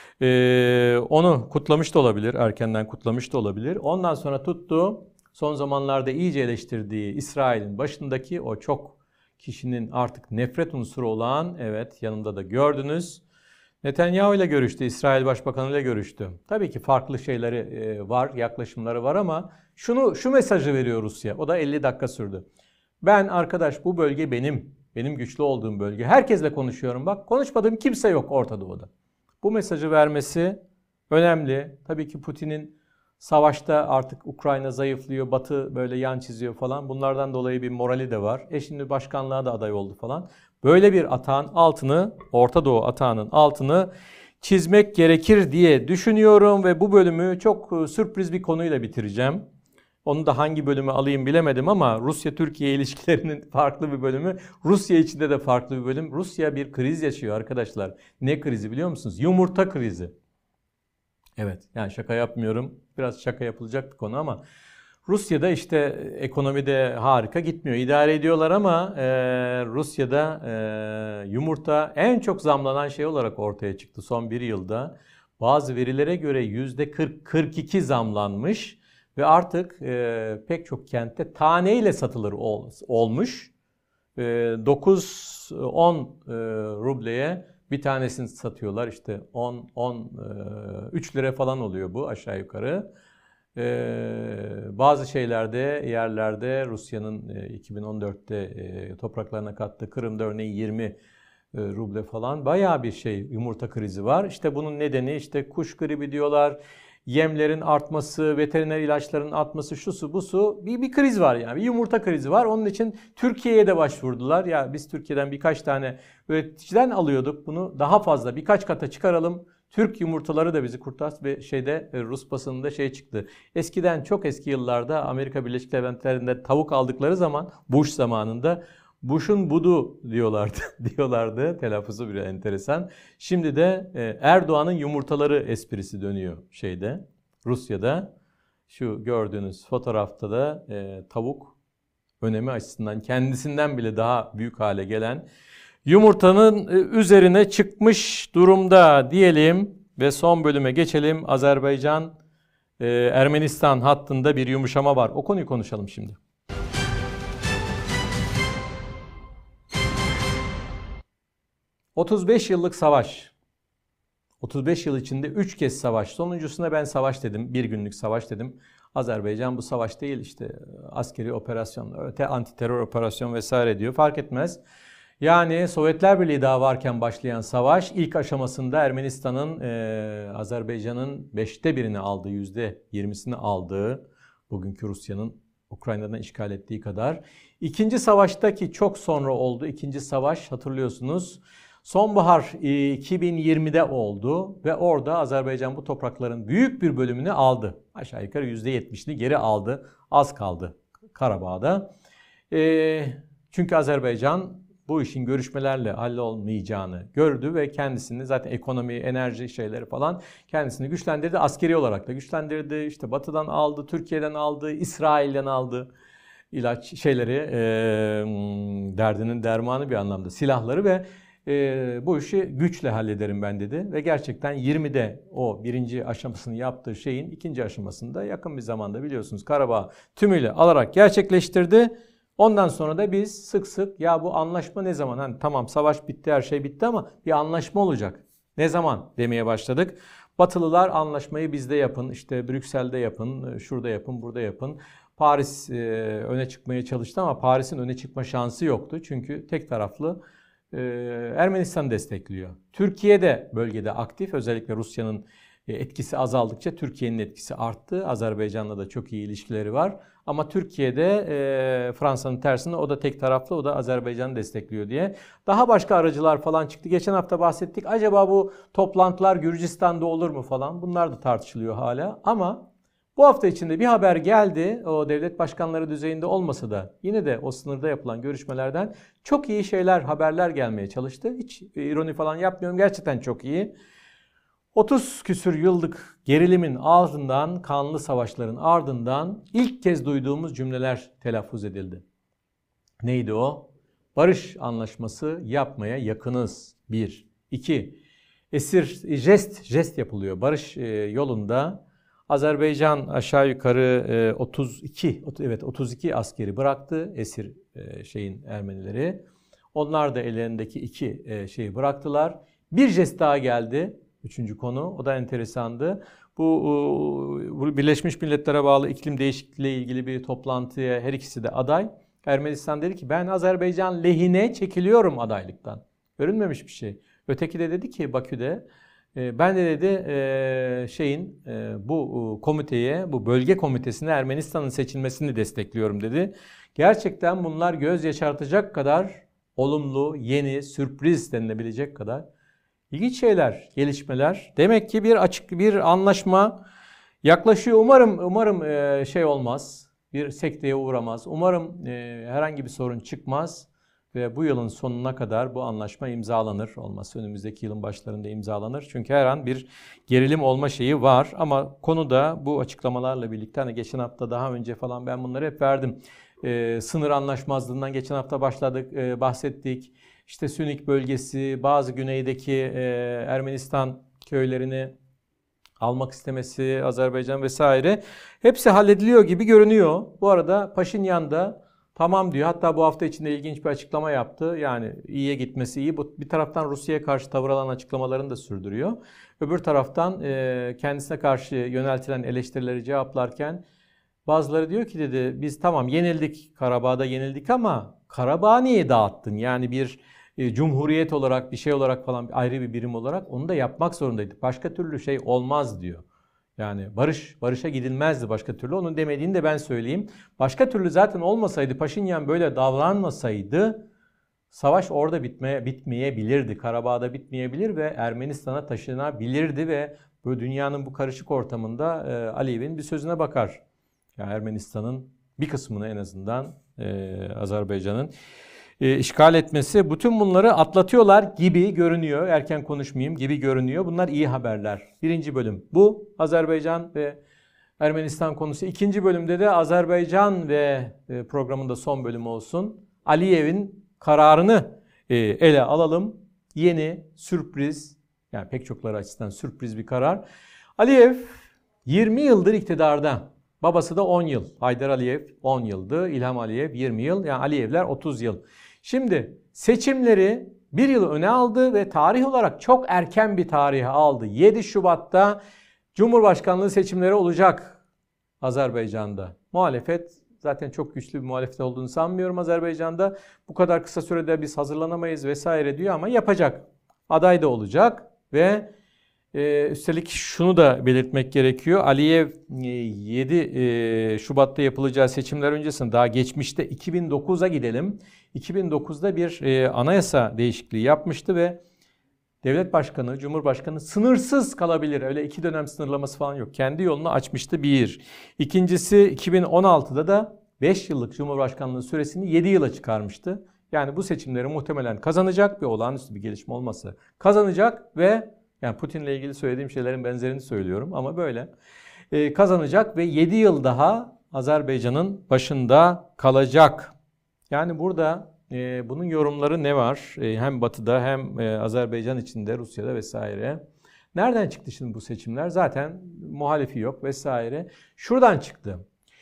E, onu kutlamış da olabilir, erkenden kutlamış da olabilir. Ondan sonra tuttu. Son zamanlarda iyice eleştirdiği İsrail'in başındaki o çok kişinin artık nefret unsuru olan, evet yanımda da gördünüz. Netanyahu ile görüştü, İsrail Başbakanı ile görüştü. Tabii ki farklı şeyleri var, yaklaşımları var ama şunu şu mesajı veriyor Rusya. O da elli dakika sürdü. Ben arkadaş bu bölge benim, benim güçlü olduğum bölge. Herkesle konuşuyorum bak. Konuşmadığım kimse yok Orta Doğu'da. Bu mesajı vermesi önemli. Tabii ki Putin'in savaşta artık Ukrayna zayıflıyor, Batı böyle yan çiziyor falan. Bunlardan dolayı bir morali de var. E şimdi başkanlığa da aday oldu falan. Böyle bir atağın altını, Orta Doğu atağının altını çizmek gerekir diye düşünüyorum ve bu bölümü çok sürpriz bir konuyla bitireceğim. Onu da hangi bölümü alayım bilemedim ama Rusya-Türkiye ilişkilerinin farklı bir bölümü, Rusya içinde de farklı bir bölüm. Rusya bir kriz yaşıyor arkadaşlar. Ne krizi biliyor musunuz? Yumurta krizi. Evet, yani şaka yapmıyorum. Biraz şaka yapılacak bir konu ama Rusya'da işte ekonomide harika gitmiyor. İdare ediyorlar ama e, Rusya'da e, yumurta en çok zamlanan şey olarak ortaya çıktı son bir yılda. Bazı verilere göre yüzde kırk kırk iki zamlanmış ve artık e, pek çok kentte taneyle satılır ol, olmuş. E, dokuz on e, rubleye bir tanesini satıyorlar. İşte on on üç lira falan oluyor bu aşağı yukarı. Ee, bazı şeylerde, yerlerde Rusya'nın e, iki bin on dörtte e, topraklarına kattığı Kırım'da örneğin yirmi e, ruble falan bayağı bir şey yumurta krizi var. İşte bunun nedeni işte kuş gribi diyorlar, yemlerin artması, veteriner ilaçların artması, şusu busu bir, bir kriz var yani bir yumurta krizi var. Onun için Türkiye'ye de başvurdular. Ya biz Türkiye'den birkaç tane üreticiden alıyorduk bunu daha fazla birkaç kata çıkaralım. Türk yumurtaları da bizi kurtarsın ve şeyde Rus basınında şey çıktı. Eskiden çok eski yıllarda Amerika Birleşik Devletleri'nde tavuk aldıkları zaman Bush zamanında Bush'un budu diyorlardı. diyorlardı. Telaffuzu bir enteresan. Şimdi de Erdoğan'ın yumurtaları esprisi dönüyor şeyde Rusya'da. Şu gördüğünüz fotoğrafta da e, tavuk önemi açısından kendisinden bile daha büyük hale gelen yumurtanın üzerine çıkmış durumda diyelim ve son bölüme geçelim. Azerbaycan e, Ermenistan hattında bir yumuşama var. O konuyu konuşalım şimdi. otuz beş yıllık savaş. otuz beş yıl içinde üç kez savaş. Sonuncusuna ben savaş dedim. Bir günlük savaş dedim. Azerbaycan bu savaş değil işte askeri operasyon, öte anti terör operasyon vesaire diyor. Fark etmez. Yani Sovyetler Birliği daha varken başlayan savaş ilk aşamasında Ermenistan'ın e, Azerbaycan'ın beşte birini aldığı, yüzde yirmisini aldığı, bugünkü Rusya'nın Ukrayna'dan işgal ettiği kadar. İkinci savaştaki çok sonra oldu. İkinci savaş hatırlıyorsunuz. Sonbahar iki bin yirmide oldu ve orada Azerbaycan bu toprakların büyük bir bölümünü aldı. Aşağı yukarı yüzde yetmişini geri aldı. Az kaldı Karabağ'da. E, çünkü Azerbaycan bu işin görüşmelerle hallolmayacağını gördü ve kendisini zaten ekonomi, enerji şeyleri falan kendisini güçlendirdi. Askeri olarak da güçlendirdi. İşte Batı'dan aldı, Türkiye'den aldı, İsrail'den aldı ilaç şeyleri, e, derdinin dermanı bir anlamda silahları ve e, bu işi güçle hallederim ben dedi. Ve gerçekten yirmide o birinci aşamasını yaptığı şeyin ikinci aşamasında yakın bir zamanda biliyorsunuz Karabağ tümüyle alarak gerçekleştirdi. Ondan sonra da biz sık sık ya bu anlaşma ne zaman? Hani tamam savaş bitti, her şey bitti ama bir anlaşma olacak. Ne zaman demeye başladık. Batılılar anlaşmayı bizde yapın, işte Brüksel'de yapın, şurada yapın, burada yapın. Paris e, öne çıkmaya çalıştı ama Paris'in öne çıkma şansı yoktu. Çünkü tek taraflı e, Ermenistan destekliyor. Türkiye de bölgede aktif, özellikle Rusya'nın etkisi azaldıkça Türkiye'nin etkisi arttı. Azerbaycan'la da çok iyi ilişkileri var. Ama Türkiye'de e, Fransa'nın tersine o da tek taraflı, o da Azerbaycan'ı destekliyor diye. Daha başka aracılar falan çıktı. Geçen hafta bahsettik. Acaba bu toplantılar Gürcistan'da olur mu falan? Bunlar da tartışılıyor hala. Ama bu hafta içinde bir haber geldi. O devlet başkanları düzeyinde olmasa da yine de o sınırda yapılan görüşmelerden çok iyi şeyler, haberler gelmeye çalıştı. Hiç ironi falan yapmıyorum. Gerçekten çok iyi. otuz küsür yıllık gerilimin ardından, kanlı savaşların ardından ilk kez duyduğumuz cümleler telaffuz edildi. Neydi o? Barış anlaşması yapmaya yakınız. Bir. İki. Esir, jest, jest yapılıyor. Barış yolunda Azerbaycan aşağı yukarı otuz iki, evet otuz iki askeri bıraktı. Esir şeyin Ermenileri. Onlar da ellerindeki iki şeyi bıraktılar. Bir jest daha geldi. Üçüncü konu, o da enteresandı. Bu, bu Birleşmiş Milletler'e bağlı iklim değişikliğiyle ilgili bir toplantıya her ikisi de aday. Ermenistan dedi ki ben Azerbaycan lehine çekiliyorum adaylıktan. Görünmemiş bir şey. Öteki de dedi ki Bakü'de ben de dedi şeyin bu komiteye, bu bölge komitesine Ermenistan'ın seçilmesini destekliyorum dedi. Gerçekten bunlar göz yaşartacak kadar olumlu, yeni, sürpriz denilebilecek kadar İlginç şeyler, gelişmeler. Demek ki bir açık bir anlaşma yaklaşıyor. Umarım umarım e, şey olmaz. Bir sekteye uğramaz. Umarım e, herhangi bir sorun çıkmaz ve bu yılın sonuna kadar bu anlaşma imzalanır. Olmazsa önümüzdeki yılın başlarında imzalanır. Çünkü her an bir gerilim olma şeyi var ama konuda bu açıklamalarla birlikte hani geçen hafta daha önce falan ben bunları hep verdim. E, sınır anlaşmazlığından geçen hafta başladık, e, bahsettik. İşte Sünik bölgesi, bazı güneydeki e, Ermenistan köylerini almak istemesi, Azerbaycan vesaire hepsi hallediliyor gibi görünüyor. Bu arada Paşinyan da tamam diyor. Hatta bu hafta içinde ilginç bir açıklama yaptı. Yani iyiye gitmesi iyi. Bu bir taraftan Rusya'ya karşı tavır alan açıklamalarını da sürdürüyor. Öbür taraftan e, kendisine karşı yöneltilen eleştirileri cevaplarken bazıları diyor ki dedi biz tamam yenildik, Karabağ'da yenildik ama Karabağ'ı niye dağıttın? Yani bir e, cumhuriyet olarak, bir şey olarak falan ayrı bir birim olarak onu da yapmak zorundaydık. Başka türlü şey olmaz diyor. Yani barış, barışa gidilmezdi başka türlü. Onun demediğini de ben söyleyeyim. Başka türlü zaten olmasaydı, Paşinyan böyle davranmasaydı savaş orada bitmeye, bitmeyebilirdi. Karabağ'da bitmeyebilir ve Ermenistan'a taşınabilirdi ve böyle dünyanın bu karışık ortamında e, Aliyev'in bir sözüne bakar. Yani Ermenistan'ın bir kısmını en azından e, Azerbaycan'ın e, işgal etmesi, bütün bunları atlatıyorlar gibi görünüyor. Erken konuşmayayım gibi görünüyor. Bunlar iyi haberler. Birinci bölüm bu. Azerbaycan ve Ermenistan konusu. İkinci bölümde de Azerbaycan ve programın da son bölümü olsun. Aliyev'in kararını ele alalım. Yeni, sürpriz, yani pek çokları açısından sürpriz bir karar. Aliyev yirmi yıldır iktidarda. Babası da on yıl. Haydar Aliyev on yıldı. İlham Aliyev yirmi yıl. Yani Aliyevler otuz yıl. Şimdi seçimleri bir yıl öne aldı ve tarih olarak çok erken bir tarihe aldı. yedi Şubat'ta Cumhurbaşkanlığı seçimleri olacak Azerbaycan'da. Muhalefet zaten çok güçlü bir muhalefet olduğunu sanmıyorum Azerbaycan'da. Bu kadar kısa sürede biz hazırlanamayız vesaire diyor ama yapacak. Aday da olacak ve e, üstelik şunu da belirtmek gerekiyor. Aliyev e, yedi e, Şubat'ta yapılacağı seçimler öncesinde daha geçmişte iki bin dokuza gidelim. iki bin dokuzda bir e, anayasa değişikliği yapmıştı ve devlet başkanı, cumhurbaşkanı sınırsız kalabilir. Öyle iki dönem sınırlaması falan yok. Kendi yolunu açmıştı bir. İkincisi iki bin on altıda da beş yıllık cumhurbaşkanlığı süresini yedi yıla çıkarmıştı. Yani bu seçimleri muhtemelen kazanacak, bir olağanüstü bir gelişme olması kazanacak ve yani Putin'le ilgili söylediğim şeylerin benzerini söylüyorum ama böyle ee, kazanacak ve yedi yıl daha Azerbaycan'ın başında kalacak. Yani burada e, bunun yorumları ne var? E, hem Batı'da hem e, Azerbaycan içinde, Rusya'da vesaire. Nereden çıktı şimdi bu seçimler? Zaten muhalifi yok vesaire. Şuradan çıktı.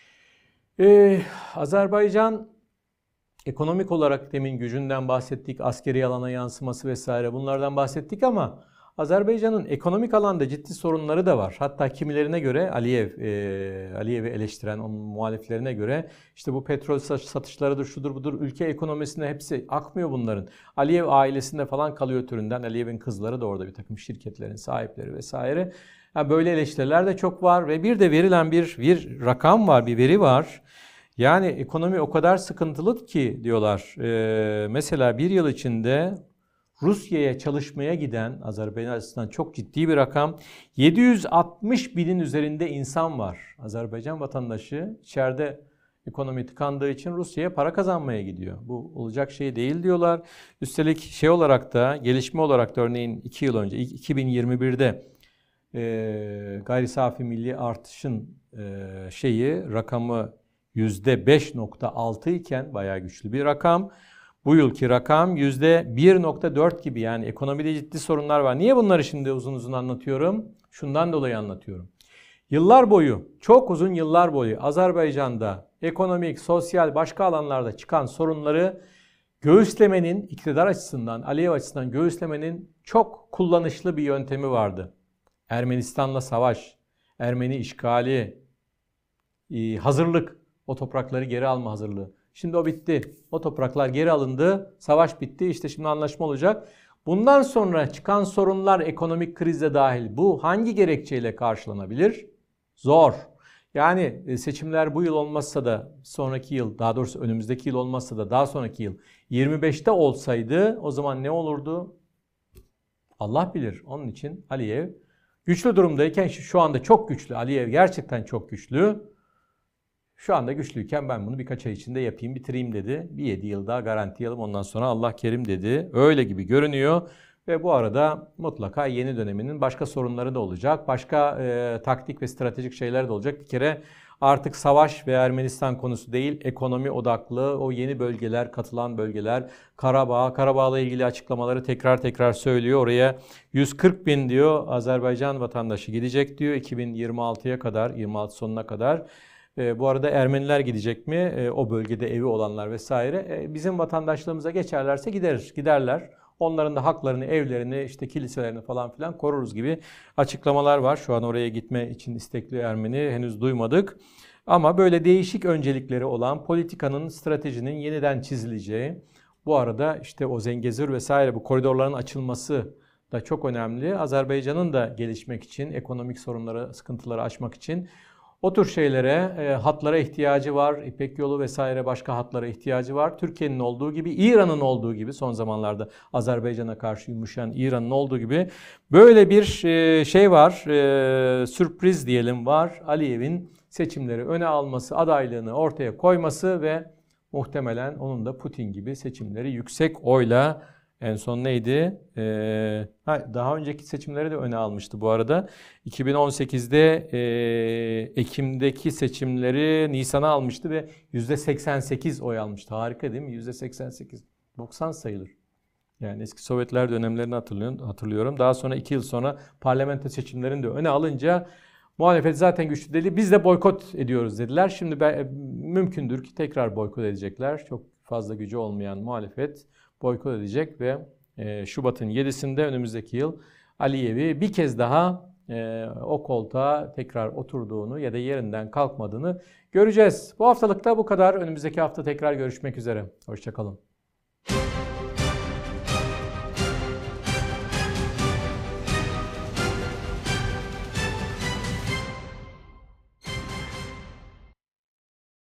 E, Azerbaycan ekonomik olarak demin gücünden bahsettik, askeri alana yansıması vesaire bunlardan bahsettik ama Azerbaycan'ın ekonomik alanda ciddi sorunları da var. Hatta kimilerine göre Aliyev, e, Aliyev'i eleştiren onun muhaliflerine göre işte bu petrol satışlarıdır, şudur budur, ülke ekonomisine hepsi akmıyor bunların. Aliyev ailesinde falan kalıyor türünden. Aliyev'in kızları da orada bir takım şirketlerin sahipleri vesaire. Yani böyle eleştiriler de çok var ve bir de verilen bir, bir rakam var, bir veri var. Yani ekonomi o kadar sıkıntılı ki diyorlar. E, mesela bir yıl içinde Rusya'ya çalışmaya giden Azerbaycan açısından çok ciddi bir rakam. yedi yüz altmış binin üzerinde insan var. Azerbaycan vatandaşı içeride ekonomi tıkandığı için Rusya'ya para kazanmaya gidiyor. Bu olacak şey değil diyorlar. Üstelik şey olarak da gelişme olarak da örneğin iki yıl önce iki bin yirmi birde e, gayri safi milli artışın e, şeyi rakamı yüzde beş nokta altı iken bayağı güçlü bir rakam. Bu yılki rakam yüzde bir nokta dört gibi, yani ekonomide ciddi sorunlar var. Niye bunları şimdi uzun uzun anlatıyorum? Şundan dolayı anlatıyorum. Yıllar boyu, çok uzun yıllar boyu Azerbaycan'da ekonomik, sosyal, başka alanlarda çıkan sorunları göğüslemenin, iktidar açısından, Aliyev açısından göğüslemenin çok kullanışlı bir yöntemi vardı. Ermenistan'la savaş, Ermeni işgali, hazırlık, o toprakları geri alma hazırlığı. Şimdi o bitti. O topraklar geri alındı. Savaş bitti. İşte şimdi anlaşma olacak. Bundan sonra çıkan sorunlar ekonomik krize dahil. Bu hangi gerekçeyle karşılanabilir? Zor. Yani seçimler bu yıl olmazsa da sonraki yıl, daha doğrusu önümüzdeki yıl olmazsa da daha sonraki yıl yirmi beşte olsaydı o zaman ne olurdu? Allah bilir. Onun için Aliyev güçlü durumdayken şu anda çok güçlü. Aliyev gerçekten çok güçlü. Şu anda güçlüyken ben bunu birkaç ay içinde yapayım, bitireyim dedi. Bir yedi yıl daha garantiyelim, ondan sonra Allah kerim dedi. Öyle gibi görünüyor. Ve bu arada mutlaka yeni döneminin başka sorunları da olacak. Başka e, taktik ve stratejik şeyler de olacak. Bir kere artık savaş ve Ermenistan konusu değil, ekonomi odaklı o yeni bölgeler, katılan bölgeler, Karabağ, Karabağ'la ilgili açıklamaları tekrar tekrar söylüyor. Oraya yüz kırk bin diyor Azerbaycan vatandaşı gidecek diyor iki bin yirmi altıya kadar, yirmi altı sonuna kadar. E, bu arada Ermeniler gidecek mi? E, o bölgede evi olanlar vesaire. E, bizim vatandaşlığımıza geçerlerse gider, giderler. Onların da haklarını, evlerini, işte kiliselerini falan filan koruruz gibi açıklamalar var. Şu an oraya gitme için istekli Ermeni henüz duymadık. Ama böyle değişik öncelikleri olan politikanın, stratejinin yeniden çizileceği, bu arada işte o Zengezur vesaire bu koridorların açılması da çok önemli. Azerbaycan'ın da gelişmek için, ekonomik sorunları, sıkıntıları aşmak için o tür şeylere, e, hatlara ihtiyacı var. İpek Yolu vesaire başka hatlara ihtiyacı var. Türkiye'nin olduğu gibi, İran'ın olduğu gibi, son zamanlarda Azerbaycan'a karşı yumuşayan İran'ın olduğu gibi böyle bir e, şey var. E, sürpriz diyelim var. Aliyev'in seçimleri öne alması, adaylığını ortaya koyması ve muhtemelen onun da Putin gibi seçimleri yüksek oyla En son neydi? Ee, ha, daha önceki seçimleri de öne almıştı bu arada. iki bin on sekizde e, Ekim'deki seçimleri Nisan'a almıştı ve yüzde seksen sekiz oy almıştı. Harika değil mi? yüzde seksen sekiz. doksan sayılır. Yani eski Sovyetler dönemlerini hatırlıyorum. hatırlıyorum. Daha sonra iki yıl sonra parlamento seçimlerini de öne alınca muhalefet zaten güçlü dedi. Biz de boykot ediyoruz dediler. Şimdi ben, mümkündür ki tekrar boykot edecekler. Çok fazla gücü olmayan muhalefet boykot edecek ve e, Şubat'ın yedisinde önümüzdeki yıl Aliyev'i bir kez daha e, o koltuğa tekrar oturduğunu ya da yerinden kalkmadığını göreceğiz. Bu haftalıkta bu kadar. Önümüzdeki hafta tekrar görüşmek üzere. Hoşça kalın.